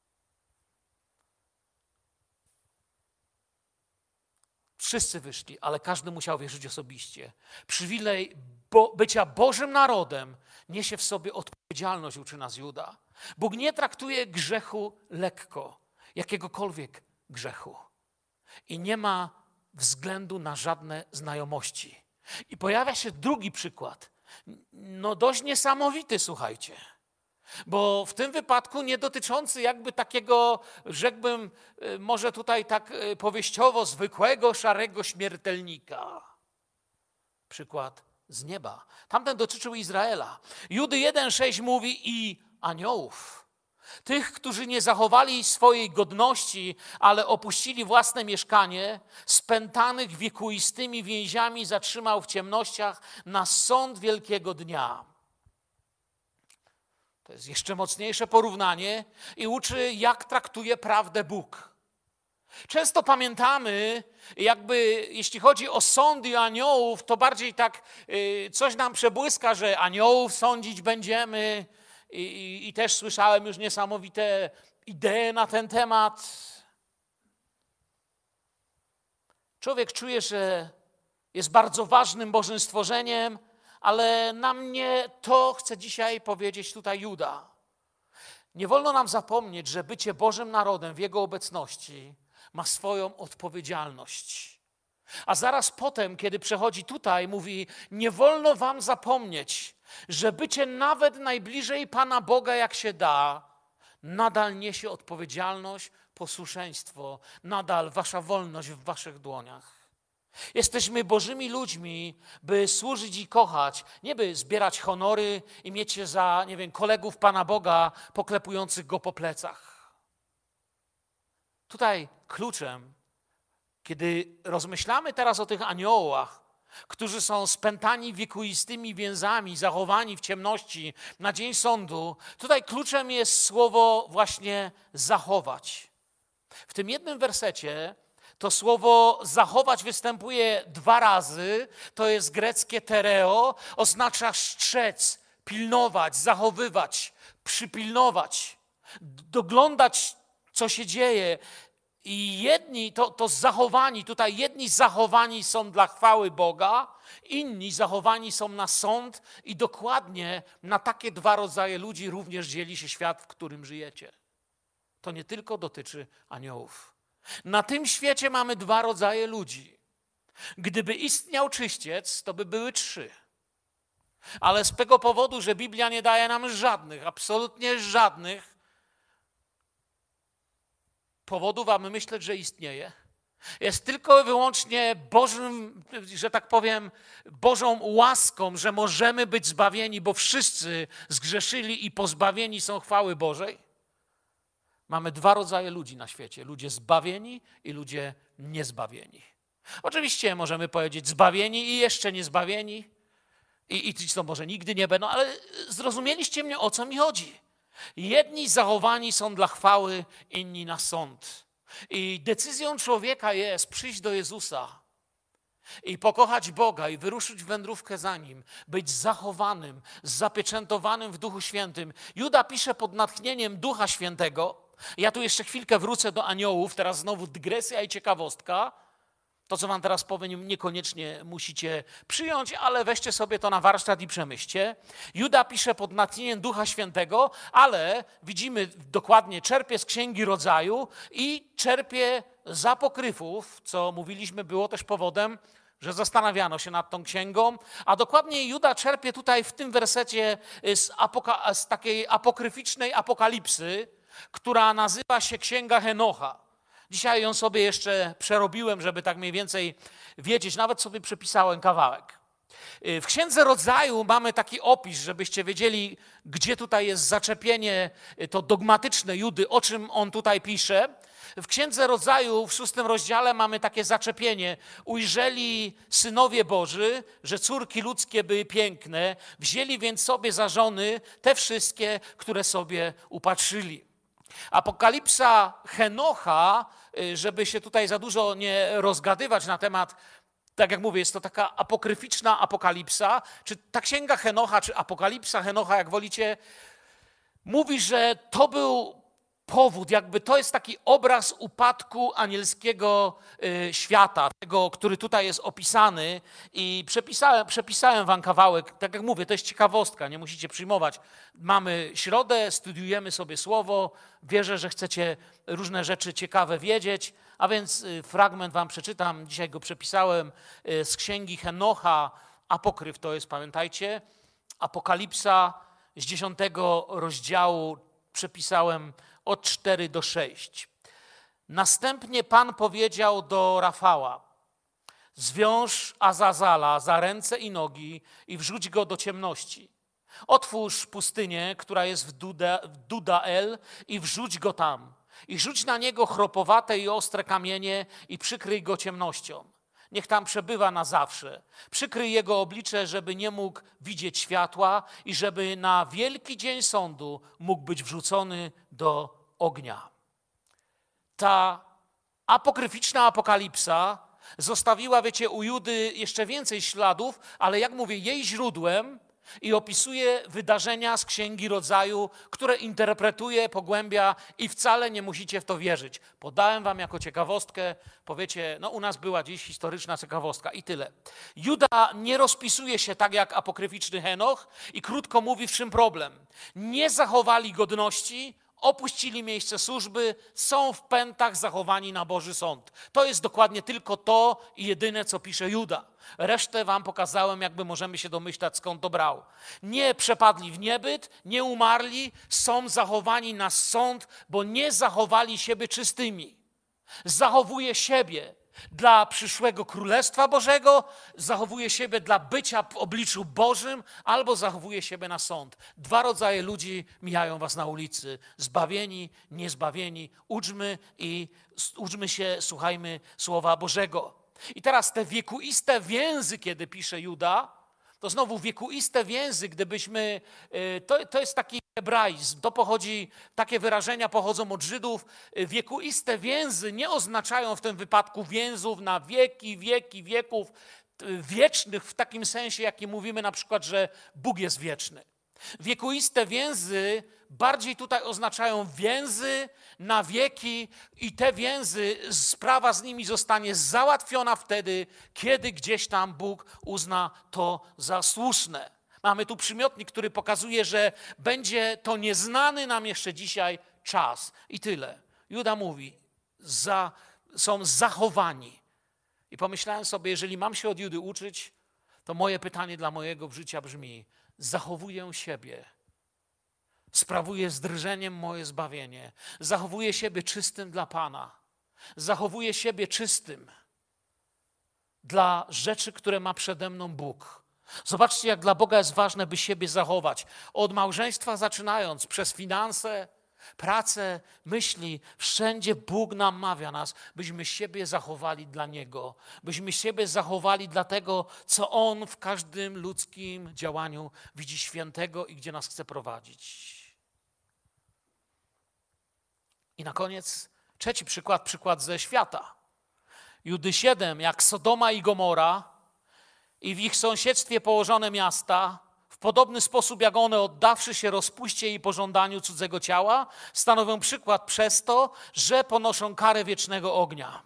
Wszyscy wyszli, ale każdy musiał wierzyć osobiście. Przywilej bo, bycia Bożym narodem niesie w sobie odpowiedzialność, uczy nas Juda. Bóg nie traktuje grzechu lekko, jakiegokolwiek grzechu. I nie ma względu na żadne znajomości. I pojawia się drugi przykład. No dość niesamowity, słuchajcie. Bo w tym wypadku nie dotyczący jakby takiego, rzekłbym, może tutaj tak powieściowo, zwykłego, szarego śmiertelnika. Przykład z nieba. Tamten dotyczył Izraela. Judy jeden sześć mówi i aniołów. Tych, którzy nie zachowali swojej godności, ale opuścili własne mieszkanie, spętanych wiekuistymi więziami zatrzymał w ciemnościach na sąd wielkiego dnia. To jest jeszcze mocniejsze porównanie i uczy, jak traktuje prawdę Bóg. Często pamiętamy, jakby jeśli chodzi o sądy aniołów, to bardziej tak y, coś nam przebłyska, że aniołów sądzić będziemy i, i, i też słyszałem już niesamowite idee na ten temat. Człowiek czuje, że jest bardzo ważnym Bożym stworzeniem, ale na mnie to chce dzisiaj powiedzieć tutaj Juda. Nie wolno nam zapomnieć, że bycie Bożym narodem w Jego obecności ma swoją odpowiedzialność. A zaraz potem, kiedy przechodzi tutaj, mówi, nie wolno wam zapomnieć, że bycie nawet najbliżej Pana Boga, jak się da, nadal niesie odpowiedzialność, posłuszeństwo, nadal wasza wolność w waszych dłoniach. Jesteśmy Bożymi ludźmi, by służyć i kochać, nie by zbierać honory i mieć się za, nie wiem, kolegów Pana Boga, poklepujących Go po plecach. Tutaj kluczem, kiedy rozmyślamy teraz o tych aniołach, którzy są spętani wiekuistymi więzami, zachowani w ciemności na dzień sądu, tutaj kluczem jest słowo właśnie zachować. W tym jednym wersecie to słowo zachować występuje dwa razy, to jest greckie tereo, oznacza strzec, pilnować, zachowywać, przypilnować, doglądać, co się dzieje. I jedni, to, to zachowani, tutaj jedni zachowani są dla chwały Boga, inni zachowani są na sąd i dokładnie na takie dwa rodzaje ludzi również dzieli się świat, w którym żyjecie. To nie tylko dotyczy aniołów. Na tym świecie mamy dwa rodzaje ludzi. Gdyby istniał czyściec, to by były trzy. Ale z tego powodu, że Biblia nie daje nam żadnych, absolutnie żadnych powodów, aby myśleć, że istnieje. Jest tylko i wyłącznie Bożym, że tak powiem, Bożą łaską, że możemy być zbawieni, bo wszyscy zgrzeszyli i pozbawieni są chwały Bożej. Mamy dwa rodzaje ludzi na świecie. Ludzie zbawieni i ludzie niezbawieni. Oczywiście możemy powiedzieć zbawieni i jeszcze niezbawieni. I, i ci to może nigdy nie będą, ale zrozumieliście mnie, o co mi chodzi. Jedni zachowani są dla chwały, inni na sąd. I decyzją człowieka jest przyjść do Jezusa i pokochać Boga i wyruszyć w wędrówkę za Nim, być zachowanym, zapieczętowanym w Duchu Świętym. Juda pisze pod natchnieniem Ducha Świętego. Ja tu jeszcze chwilkę wrócę do aniołów, teraz znowu dygresja i ciekawostka. To, co wam teraz powiem, niekoniecznie musicie przyjąć, ale weźcie sobie to na warsztat i przemyślcie. Juda pisze pod natchnieniem Ducha Świętego, ale widzimy dokładnie, czerpie z Księgi Rodzaju i czerpie z apokryfów, co mówiliśmy było też powodem, że zastanawiano się nad tą księgą, a dokładnie Juda czerpie tutaj w tym wersecie z, apoka- z takiej apokryficznej apokalipsy, która nazywa się Księga Henocha. Dzisiaj ją sobie jeszcze przerobiłem, żeby tak mniej więcej wiedzieć, nawet sobie przepisałem kawałek. W Księdze Rodzaju mamy taki opis, żebyście wiedzieli, gdzie tutaj jest zaczepienie to dogmatyczne Judy, o czym on tutaj pisze. W Księdze Rodzaju w szóstym rozdziale mamy takie zaczepienie. Ujrzeli synowie Boży, że córki ludzkie były piękne, wzięli więc sobie za żony te wszystkie, które sobie upatrzyli. Apokalipsa Henocha, żeby się tutaj za dużo nie rozgadywać na temat, tak jak mówię, jest to taka apokryficzna apokalipsa, czy ta księga Henocha, czy apokalipsa Henocha, jak wolicie, mówi, że to był powód, jakby to jest taki obraz upadku anielskiego y, świata, tego, który tutaj jest opisany i przepisałem, przepisałem wam kawałek, tak jak mówię, to jest ciekawostka, nie musicie przyjmować. Mamy środę, studiujemy sobie słowo, wierzę, że chcecie różne rzeczy ciekawe wiedzieć, a więc y, fragment wam przeczytam, dzisiaj go przepisałem y, z księgi Henocha, apokryf to jest, pamiętajcie, apokalipsa z dziesiątego rozdziału przepisałem od cztery do sześciu. Następnie Pan powiedział do Rafała: zwiąż Azazala za ręce i nogi i wrzuć go do ciemności. Otwórz pustynię, która jest w, Duda, w Dudael i wrzuć go tam. I rzuć na niego chropowate i ostre kamienie i przykryj go ciemnością. Niech tam przebywa na zawsze. Przykryj jego oblicze, żeby nie mógł widzieć światła i żeby na wielki dzień sądu mógł być wrzucony do ognia. Ta apokryficzna apokalipsa zostawiła, wiecie, u Judy jeszcze więcej śladów, ale jak mówię, jej źródłem i opisuje wydarzenia z Księgi Rodzaju, które interpretuje, pogłębia i wcale nie musicie w to wierzyć. Podałem wam jako ciekawostkę, powiecie, no u nas była dziś historyczna ciekawostka i tyle. Juda nie rozpisuje się tak jak apokryficzny Henoch i krótko mówi, w czym problem. Nie zachowali godności, opuścili miejsce służby, są w pętach zachowani na Boży Sąd. To jest dokładnie tylko to i jedyne, co pisze Juda. Resztę wam pokazałem, jakby możemy się domyślać, skąd to brał. Nie przepadli w niebyt, nie umarli, są zachowani na sąd, bo nie zachowali siebie czystymi. Zachowuje siebie dla przyszłego Królestwa Bożego, zachowuje siebie dla bycia w obliczu Bożym, albo zachowuje siebie na sąd. Dwa rodzaje ludzi mijają was na ulicy. Zbawieni, niezbawieni. Uczmy i uczmy się, słuchajmy Słowa Bożego. I teraz te wiekuiste więzy, kiedy pisze Juda, to znowu wiekuiste więzy, gdybyśmy, to, to jest taki hebraizm, to pochodzi, takie wyrażenia pochodzą od Żydów. Wiekuiste więzy nie oznaczają w tym wypadku więzów na wieki, wieki, wieków, wiecznych w takim sensie, jaki mówimy na przykład, że Bóg jest wieczny. Wiekuiste więzy bardziej tutaj oznaczają więzy na wieki i te więzy, sprawa z nimi zostanie załatwiona wtedy, kiedy gdzieś tam Bóg uzna to za słuszne. Mamy tu przymiotnik, który pokazuje, że będzie to nieznany nam jeszcze dzisiaj czas. I tyle. Juda mówi, za, są zachowani. I pomyślałem sobie, jeżeli mam się od Judy uczyć, to moje pytanie dla mojego życia brzmi: zachowuję siebie sprawuje z drżeniem moje zbawienie. Zachowuje siebie czystym dla Pana. Zachowuje siebie czystym dla rzeczy, które ma przede mną Bóg. Zobaczcie, jak dla Boga jest ważne, by siebie zachować. Od małżeństwa zaczynając, przez finanse, pracę, myśli, wszędzie Bóg namawia nas, byśmy siebie zachowali dla Niego. Byśmy siebie zachowali dla tego, co On w każdym ludzkim działaniu widzi świętego i gdzie nas chce prowadzić. I na koniec trzeci przykład, przykład ze świata. Judy siedem, jak Sodoma i Gomora i w ich sąsiedztwie położone miasta, w podobny sposób jak one, oddawszy się rozpuście i pożądaniu cudzego ciała, stanowią przykład przez to, że ponoszą karę wiecznego ognia.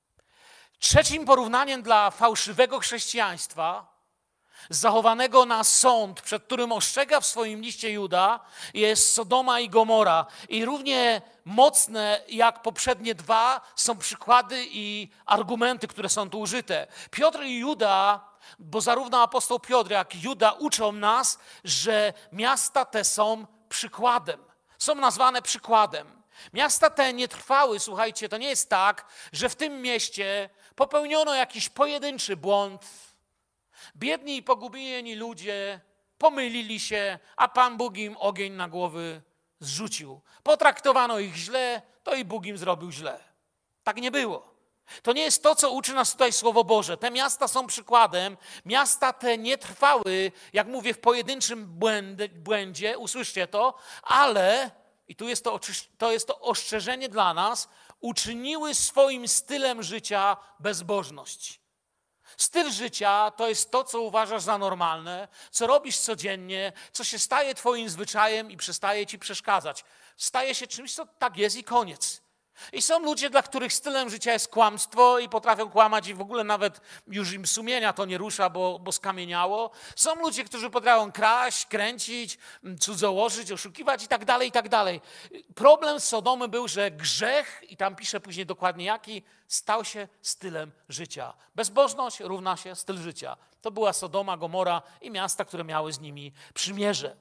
Trzecim porównaniem dla fałszywego chrześcijaństwa, zachowanego na sąd, przed którym ostrzega w swoim liście Juda, jest Sodoma i Gomora. I równie mocne jak poprzednie dwa są przykłady i argumenty, które są tu użyte. Piotr i Juda, bo zarówno apostoł Piotr, jak i Juda uczą nas, że miasta te są przykładem. Są nazwane przykładem. Miasta te nie trwały, słuchajcie, to nie jest tak, że w tym mieście popełniono jakiś pojedynczy błąd. Biedni i pogubieni ludzie pomylili się, a Pan Bóg im ogień na głowy zrzucił. Potraktowano ich źle, to i Bóg im zrobił źle. Tak nie było. To nie jest to, co uczy nas tutaj Słowo Boże. Te miasta są przykładem. Miasta te nie trwały, jak mówię, w pojedynczym błędzie, błędzie usłyszcie to, ale, i tu jest to, to jest to ostrzeżenie dla nas, uczyniły swoim stylem życia bezbożność. Styl życia to jest to, co uważasz za normalne, co robisz codziennie, co się staje twoim zwyczajem i przestaje ci przeszkadzać. Staje się czymś, co tak jest i koniec. I są ludzie, dla których stylem życia jest kłamstwo i potrafią kłamać i w ogóle nawet już im sumienia to nie rusza, bo, bo skamieniało. Są ludzie, którzy potrafią kraść, kręcić, cudzołożyć, oszukiwać i tak dalej, i tak dalej. Problem z Sodomy był, że grzech, i tam pisze później dokładnie jaki, stał się stylem życia. Bezbożność równa się styl życia. To była Sodoma, Gomora i miasta, które miały z nimi przymierze.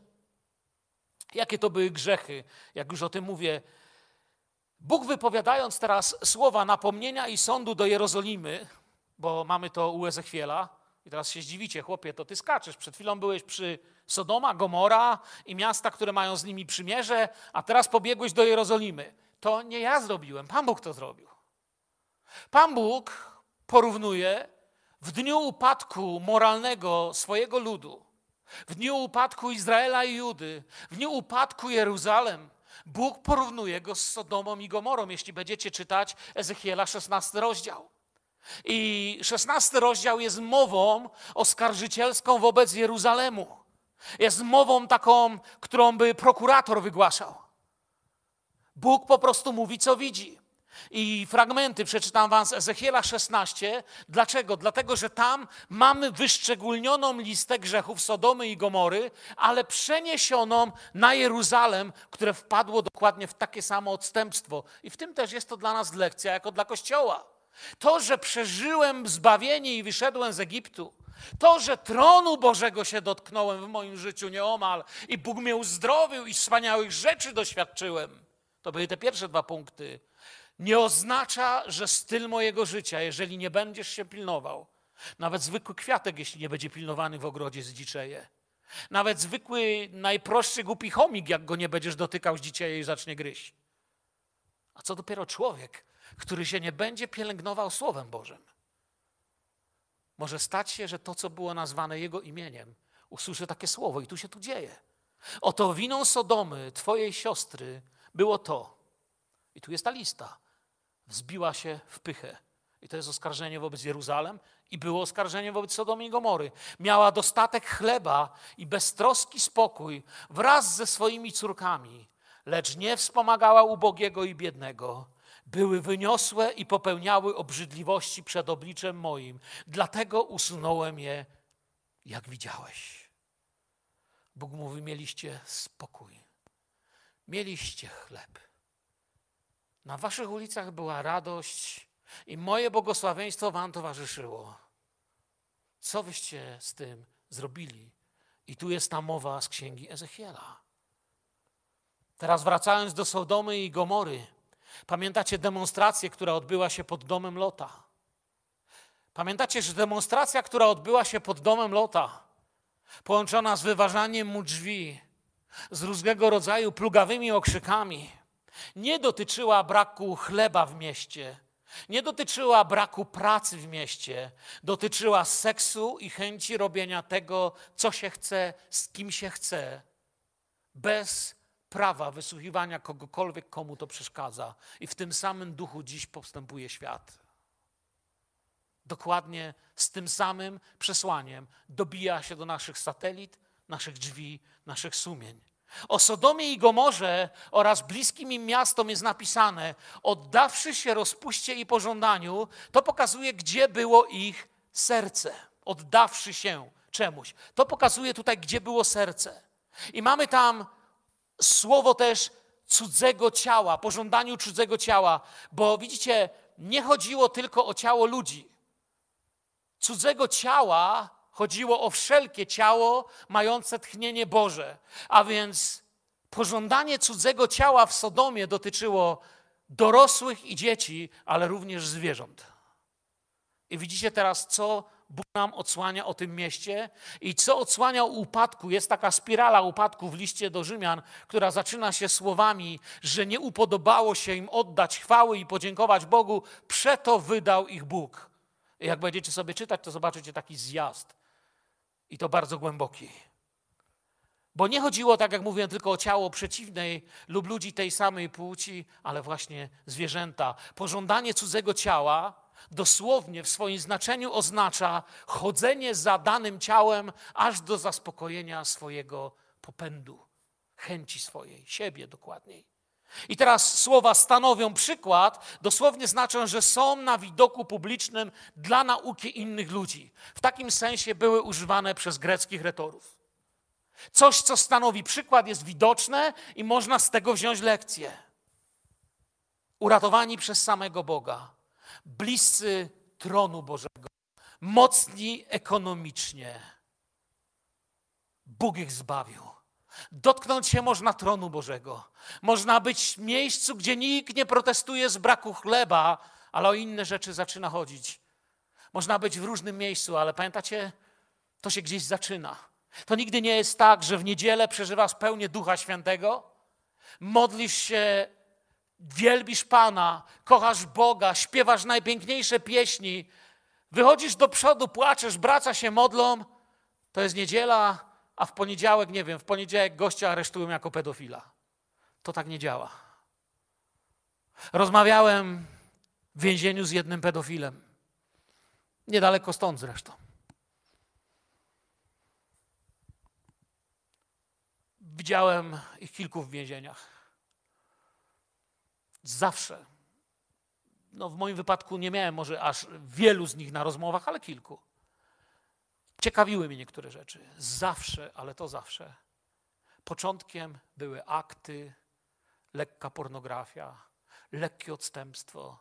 Jakie to były grzechy? Jak już o tym mówię, Bóg, wypowiadając teraz słowa napomnienia i sądu do Jerozolimy, bo mamy to u Ezechiela, i teraz się zdziwicie, chłopie, to ty skaczesz. Przed chwilą byłeś przy Sodoma, Gomora i miasta, które mają z nimi przymierze, a teraz pobiegłeś do Jerozolimy. To nie ja zrobiłem, Pan Bóg to zrobił. Pan Bóg porównuje w dniu upadku moralnego swojego ludu, w dniu upadku Izraela i Judy, w dniu upadku Jeruzalem, Bóg porównuje go z Sodomą i Gomorą, jeśli będziecie czytać Ezechiela szesnasty rozdział. I szesnasty rozdział jest mową oskarżycielską wobec Jeruzalemu. Jest mową taką, którą by prokurator wygłaszał. Bóg po prostu mówi, co widzi. I fragmenty przeczytam wam z Ezechiela szesnaście. Dlaczego? Dlatego, że tam mamy wyszczególnioną listę grzechów Sodomy i Gomory, ale przeniesioną na Jeruzalem, które wpadło dokładnie w takie samo odstępstwo. I w tym też jest to dla nas lekcja, jako dla Kościoła. To, że przeżyłem zbawienie i wyszedłem z Egiptu, to, że tronu Bożego się dotknąłem w moim życiu nieomal i Bóg mnie uzdrowił i wspaniałych rzeczy doświadczyłem, to były te pierwsze dwa punkty. Nie oznacza, że styl mojego życia, jeżeli nie będziesz się pilnował, nawet zwykły kwiatek, jeśli nie będzie pilnowany w ogrodzie, zdziczeje. Nawet zwykły, najprostszy głupi chomik, jak go nie będziesz dotykał, zdziczeje i zacznie gryźć. A co dopiero człowiek, który się nie będzie pielęgnował Słowem Bożym? Może stać się, że to, co było nazwane Jego imieniem, usłyszy takie słowo i tu się tu dzieje. Oto winą Sodomy, twojej siostry, było to. I tu jest ta lista. Wzbiła się w pychę. I to jest oskarżenie wobec Jeruzalem i było oskarżenie wobec Sodomy i Gomory. Miała dostatek chleba i beztroski spokój wraz ze swoimi córkami, lecz nie wspomagała ubogiego i biednego. Były wyniosłe i popełniały obrzydliwości przed obliczem moim. Dlatego usunąłem je, jak widziałeś. Bóg mówi, mieliście spokój. Mieliście chleb. Na waszych ulicach była radość i moje błogosławieństwo wam towarzyszyło. Co wyście z tym zrobili? I tu jest ta mowa z księgi Ezechiela. Teraz wracając do Sodomy i Gomory, pamiętacie demonstrację, która odbyła się pod domem Lota? Pamiętacie, że demonstracja, która odbyła się pod domem Lota, połączona z wyważaniem mu drzwi, z różnego rodzaju plugawymi okrzykami, nie dotyczyła braku chleba w mieście, nie dotyczyła braku pracy w mieście, dotyczyła seksu i chęci robienia tego, co się chce, z kim się chce, bez prawa wysłuchiwania kogokolwiek, komu to przeszkadza. I w tym samym duchu dziś postępuje świat. Dokładnie z tym samym przesłaniem dobija się do naszych satelit, naszych drzwi, naszych sumień. O Sodomie i Gomorze oraz bliskim im miastom jest napisane: oddawszy się rozpuście i pożądaniu, to pokazuje, gdzie było ich serce. Oddawszy się czemuś. To pokazuje tutaj, gdzie było serce. I mamy tam słowo też cudzego ciała, pożądaniu cudzego ciała, bo widzicie, nie chodziło tylko o ciało ludzi. Cudzego ciała chodziło o wszelkie ciało mające tchnienie Boże. A więc pożądanie cudzego ciała w Sodomie dotyczyło dorosłych i dzieci, ale również zwierząt. I widzicie teraz, co Bóg nam odsłania o tym mieście i co odsłania o upadku. Jest taka spirala upadku w liście do Rzymian, która zaczyna się słowami, że nie upodobało się im oddać chwały i podziękować Bogu, przeto wydał ich Bóg. I jak będziecie sobie czytać, to zobaczycie taki zjazd. I to bardzo głęboki. Bo nie chodziło, tak jak mówiłem, tylko o ciało przeciwnej lub ludzi tej samej płci, ale właśnie zwierzęta. Pożądanie cudzego ciała dosłownie w swoim znaczeniu oznacza chodzenie za danym ciałem aż do zaspokojenia swojego popędu, chęci swojej, siebie dokładniej. I teraz słowa stanowią przykład, dosłownie znaczą, że są na widoku publicznym dla nauki innych ludzi. W takim sensie były używane przez greckich retorów. Coś, co stanowi przykład, jest widoczne i można z tego wziąć lekcję. Uratowani przez samego Boga, bliscy tronu Bożego, mocni ekonomicznie. Bóg ich zbawił. Dotknąć się można tronu Bożego. Można być w miejscu, gdzie nikt nie protestuje z braku chleba, ale o inne rzeczy zaczyna chodzić. Można być w różnym miejscu, ale pamiętacie, to się gdzieś zaczyna. To nigdy nie jest tak, że w niedzielę przeżywasz pełnię Ducha Świętego, modlisz się, wielbisz Pana, kochasz Boga, śpiewasz najpiękniejsze pieśni, wychodzisz do przodu, płaczesz, bracia się modlą, to jest niedziela, a w poniedziałek, nie wiem, w poniedziałek gościa aresztują jako pedofila. To tak nie działa. Rozmawiałem w więzieniu z jednym pedofilem. Niedaleko stąd zresztą. Widziałem ich kilku w więzieniach. Zawsze, no w moim wypadku nie miałem może aż wielu z nich na rozmowach, ale kilku. Ciekawiły mnie niektóre rzeczy. Zawsze, ale to zawsze. Początkiem były akty, lekka pornografia, lekkie odstępstwo.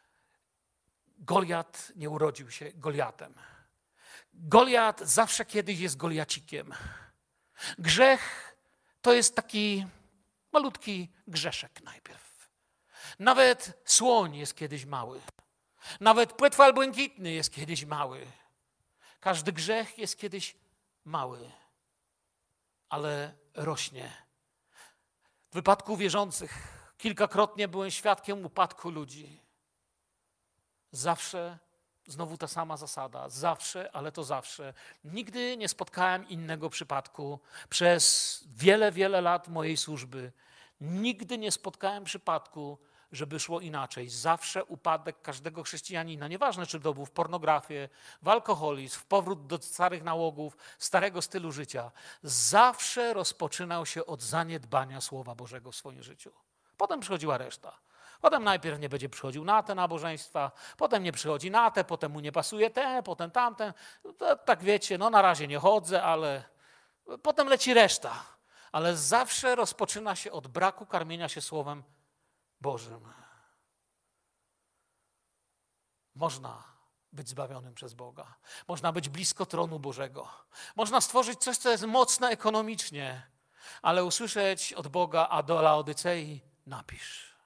Goliat nie urodził się Goliatem. Goliat zawsze kiedyś jest Goliacikiem. Grzech to jest taki malutki grzeszek najpierw. Nawet słoń jest kiedyś mały. Nawet płetwal błękitny jest kiedyś mały. Każdy grzech jest kiedyś mały, ale rośnie. W wypadku wierzących kilkakrotnie byłem świadkiem upadku ludzi. Zawsze, znowu ta sama zasada, zawsze, ale to zawsze. Nigdy nie spotkałem innego przypadku przez wiele, wiele lat mojej służby. Nigdy nie spotkałem przypadku, żeby szło inaczej. Zawsze upadek każdego chrześcijanina, nieważne czy to był w pornografię, w alkoholizm, w powrót do starych nałogów, starego stylu życia, zawsze rozpoczynał się od zaniedbania Słowa Bożego w swoim życiu. Potem przychodziła reszta. Potem najpierw nie będzie przychodził na te nabożeństwa, potem nie przychodzi na te, potem mu nie pasuje te, potem tamten. To, tak wiecie, no na razie nie chodzę, ale potem leci reszta. Ale zawsze rozpoczyna się od braku karmienia się Słowem Bożym. Można być zbawionym przez Boga. Można być blisko tronu Bożego. Można stworzyć coś, co jest mocne ekonomicznie. ale usłyszeć od Boga, a do Laodycei napisz.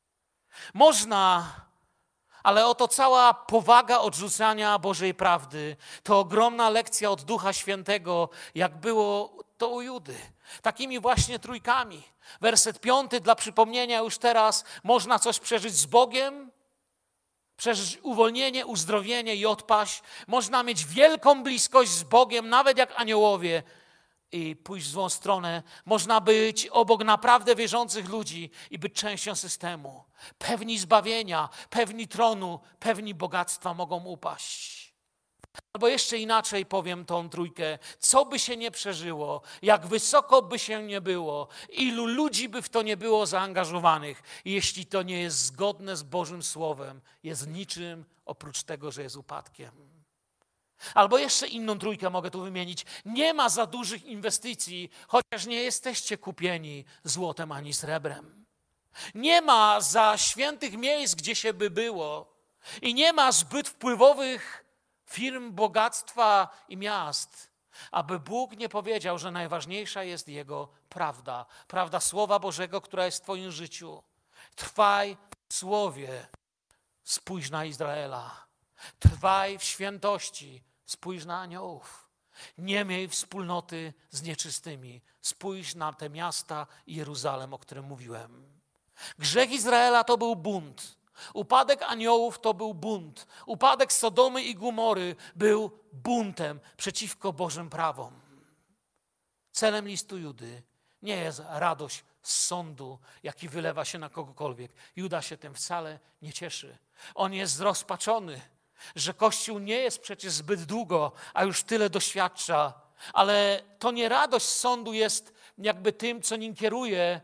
Można, ale oto cała powaga odrzucania Bożej prawdy to ogromna lekcja od Ducha Świętego, jak było to u Judy. Takimi właśnie trójkami. Werset piąty, dla przypomnienia już teraz, można coś przeżyć z Bogiem, przeżyć uwolnienie, uzdrowienie i odpaść. Można mieć wielką bliskość z Bogiem, nawet jak aniołowie, i pójść w złą stronę. Można być obok naprawdę wierzących ludzi i być częścią systemu. Pewni zbawienia, pewni tronu, pewni bogactwa mogą upaść. Albo jeszcze inaczej powiem tą trójkę. Co by się nie przeżyło, jak wysoko by się nie było, ilu ludzi by w to nie było zaangażowanych, jeśli to nie jest zgodne z Bożym Słowem, jest niczym oprócz tego, że jest upadkiem. Albo jeszcze inną trójkę mogę tu wymienić. Nie ma za dużych inwestycji, chociaż nie jesteście kupieni złotem ani srebrem. Nie ma za świętych miejsc, gdzie się by było. I nie ma zbyt wpływowych firm, bogactwa i miast, aby Bóg nie powiedział, że najważniejsza jest Jego prawda. Prawda Słowa Bożego, która jest w twoim życiu. Trwaj w Słowie. Spójrz na Izraela. Trwaj w świętości, spójrz na aniołów. Nie miej wspólnoty z nieczystymi. Spójrz na te miasta i Jeruzalem, o którym mówiłem. Grzech Izraela to był bunt. Upadek aniołów to był bunt. Upadek Sodomy i Gomory był buntem przeciwko Bożym prawom. Celem listu Judy nie jest radość z sądu, jaki wylewa się na kogokolwiek. Juda się tym wcale nie cieszy. On jest zrozpaczony, że Kościół nie jest przecież zbyt długo, a już tyle doświadcza. Ale to nie radość z sądu jest jakby tym, co nim kieruje,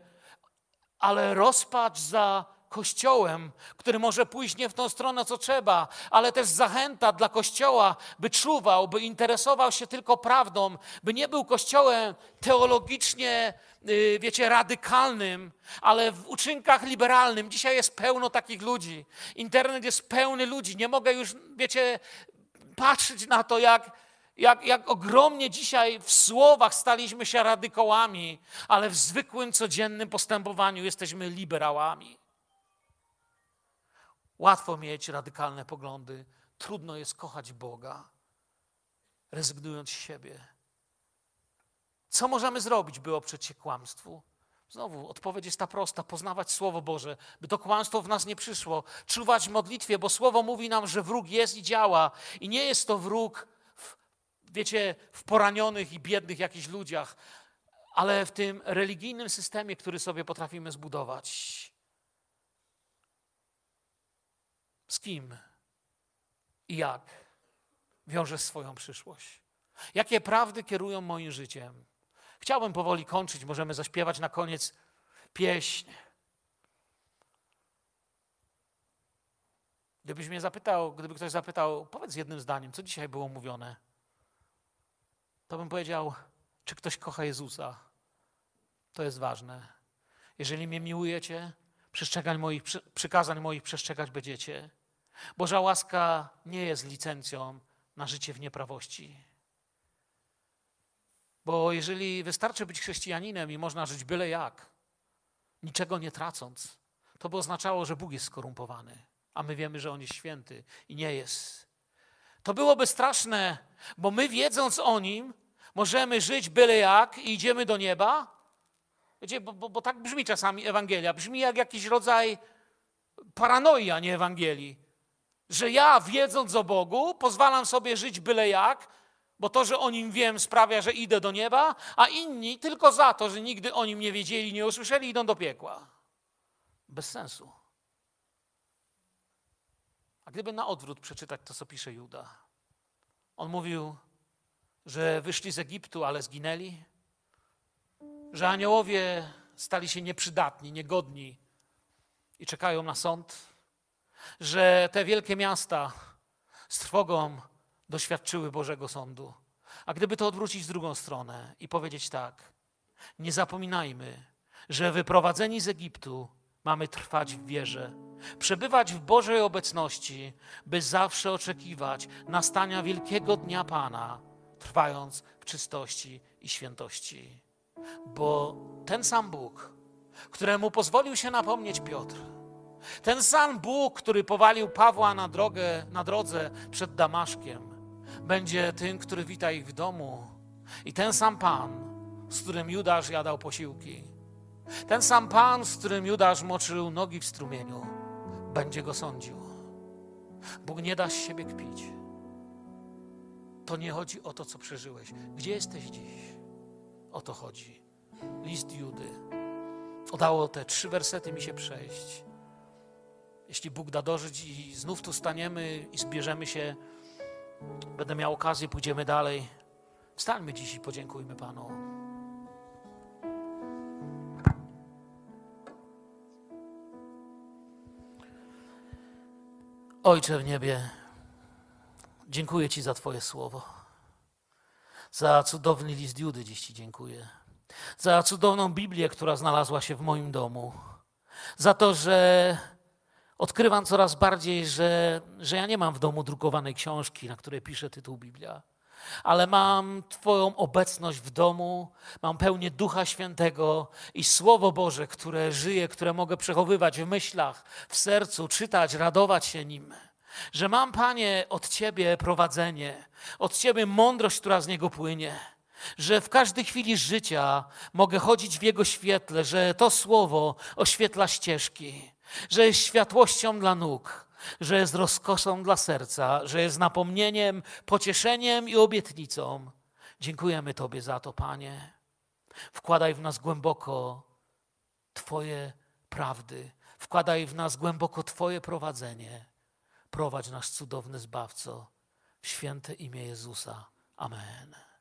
ale rozpacz za Kościołem, który może pójść nie w tą stronę, co trzeba, ale też zachęta dla Kościoła, by czuwał, by interesował się tylko prawdą, by nie był Kościołem teologicznie, wiecie, radykalnym, ale w uczynkach liberalnym. Dzisiaj jest pełno takich ludzi. Internet jest pełny ludzi. Nie mogę już, wiecie, patrzeć na to, jak, jak, jak ogromnie dzisiaj w słowach staliśmy się radykałami, ale w zwykłym, codziennym postępowaniu jesteśmy liberałami. Łatwo mieć radykalne poglądy, trudno jest kochać Boga, rezygnując z siebie. Co możemy zrobić, by oprzeć się kłamstwu? Znowu, odpowiedź jest ta prosta, poznawać Słowo Boże, by to kłamstwo w nas nie przyszło, czuwać w modlitwie, bo Słowo mówi nam, że wróg jest i działa i nie jest to wróg, w, wiecie, w poranionych i biednych jakichś ludziach, ale w tym religijnym systemie, który sobie potrafimy zbudować. Z kim i jak wiążesz swoją przyszłość? Jakie prawdy kierują moim życiem? Chciałbym powoli kończyć, możemy zaśpiewać na koniec pieśń. Gdybyś mnie zapytał, gdyby ktoś zapytał, powiedz jednym zdaniem, co dzisiaj było mówione, to bym powiedział, czy ktoś kocha Jezusa. To jest ważne. Jeżeli mnie miłujecie, przestrzegać moich, przykazań moich przestrzegać będziecie. Boża łaska nie jest licencją na życie w nieprawości. Bo jeżeli wystarczy być chrześcijaninem i można żyć byle jak, niczego nie tracąc, to by oznaczało, że Bóg jest skorumpowany, a my wiemy, że On jest święty i nie jest. To byłoby straszne, bo my wiedząc o Nim możemy żyć byle jak i idziemy do nieba. Wiecie, bo, bo, bo tak brzmi czasami Ewangelia. Brzmi jak jakiś rodzaj paranoi, a nie Ewangelii. Że ja, wiedząc o Bogu, pozwalam sobie żyć byle jak, bo to, że o Nim wiem, sprawia, że idę do nieba, a inni tylko za to, że nigdy o Nim nie wiedzieli, nie usłyszeli, idą do piekła. Bez sensu. A gdyby na odwrót przeczytać to, co pisze Juda. On mówił, że wyszli z Egiptu, ale zginęli, że aniołowie stali się nieprzydatni, niegodni i czekają na sąd, że te wielkie miasta z trwogą doświadczyły Bożego sądu. A gdyby to odwrócić w drugą stronę i powiedzieć tak, nie zapominajmy, że wyprowadzeni z Egiptu mamy trwać w wierze, przebywać w Bożej obecności, by zawsze oczekiwać nastania wielkiego dnia Pana, trwając w czystości i świętości. Bo ten sam Bóg, któremu pozwolił się napomnieć Piotr, ten sam Bóg, który powalił Pawła na drogę, na drodze przed Damaszkiem, będzie tym, który wita ich w domu. I ten sam Pan, z którym Judasz jadał posiłki, ten sam Pan, z którym Judasz moczył nogi w strumieniu, będzie go sądził. Bóg nie da z siebie kpić. To nie chodzi o to, co przeżyłeś. Gdzie jesteś dziś? O to chodzi. List Judy. Udało te trzy wersety mi się przejść. Jeśli Bóg da dożyć i znów tu staniemy i zbierzemy się, będę miał okazję, pójdziemy dalej. Wstańmy dziś i podziękujmy Panu. Ojcze w niebie, dziękuję Ci za Twoje słowo. Za cudowny list Judy dziś Ci dziękuję. Za cudowną Biblię, która znalazła się w moim domu. Za to, że odkrywam coraz bardziej, że, że ja nie mam w domu drukowanej książki, na której pisze tytuł Biblia, ale mam Twoją obecność w domu, mam pełnię Ducha Świętego i Słowo Boże, które żyje, które mogę przechowywać w myślach, w sercu, czytać, radować się nim. Że mam, Panie, od Ciebie prowadzenie, od Ciebie mądrość, która z niego płynie. Że w każdej chwili życia mogę chodzić w Jego świetle, że to Słowo oświetla ścieżki, że jest światłością dla nóg, że jest rozkoszą dla serca, że jest napomnieniem, pocieszeniem i obietnicą. Dziękujemy Tobie za to, Panie. Wkładaj w nas głęboko Twoje prawdy, wkładaj w nas głęboko Twoje prowadzenie. Prowadź nas, cudowny Zbawco, w święte imię Jezusa. Amen.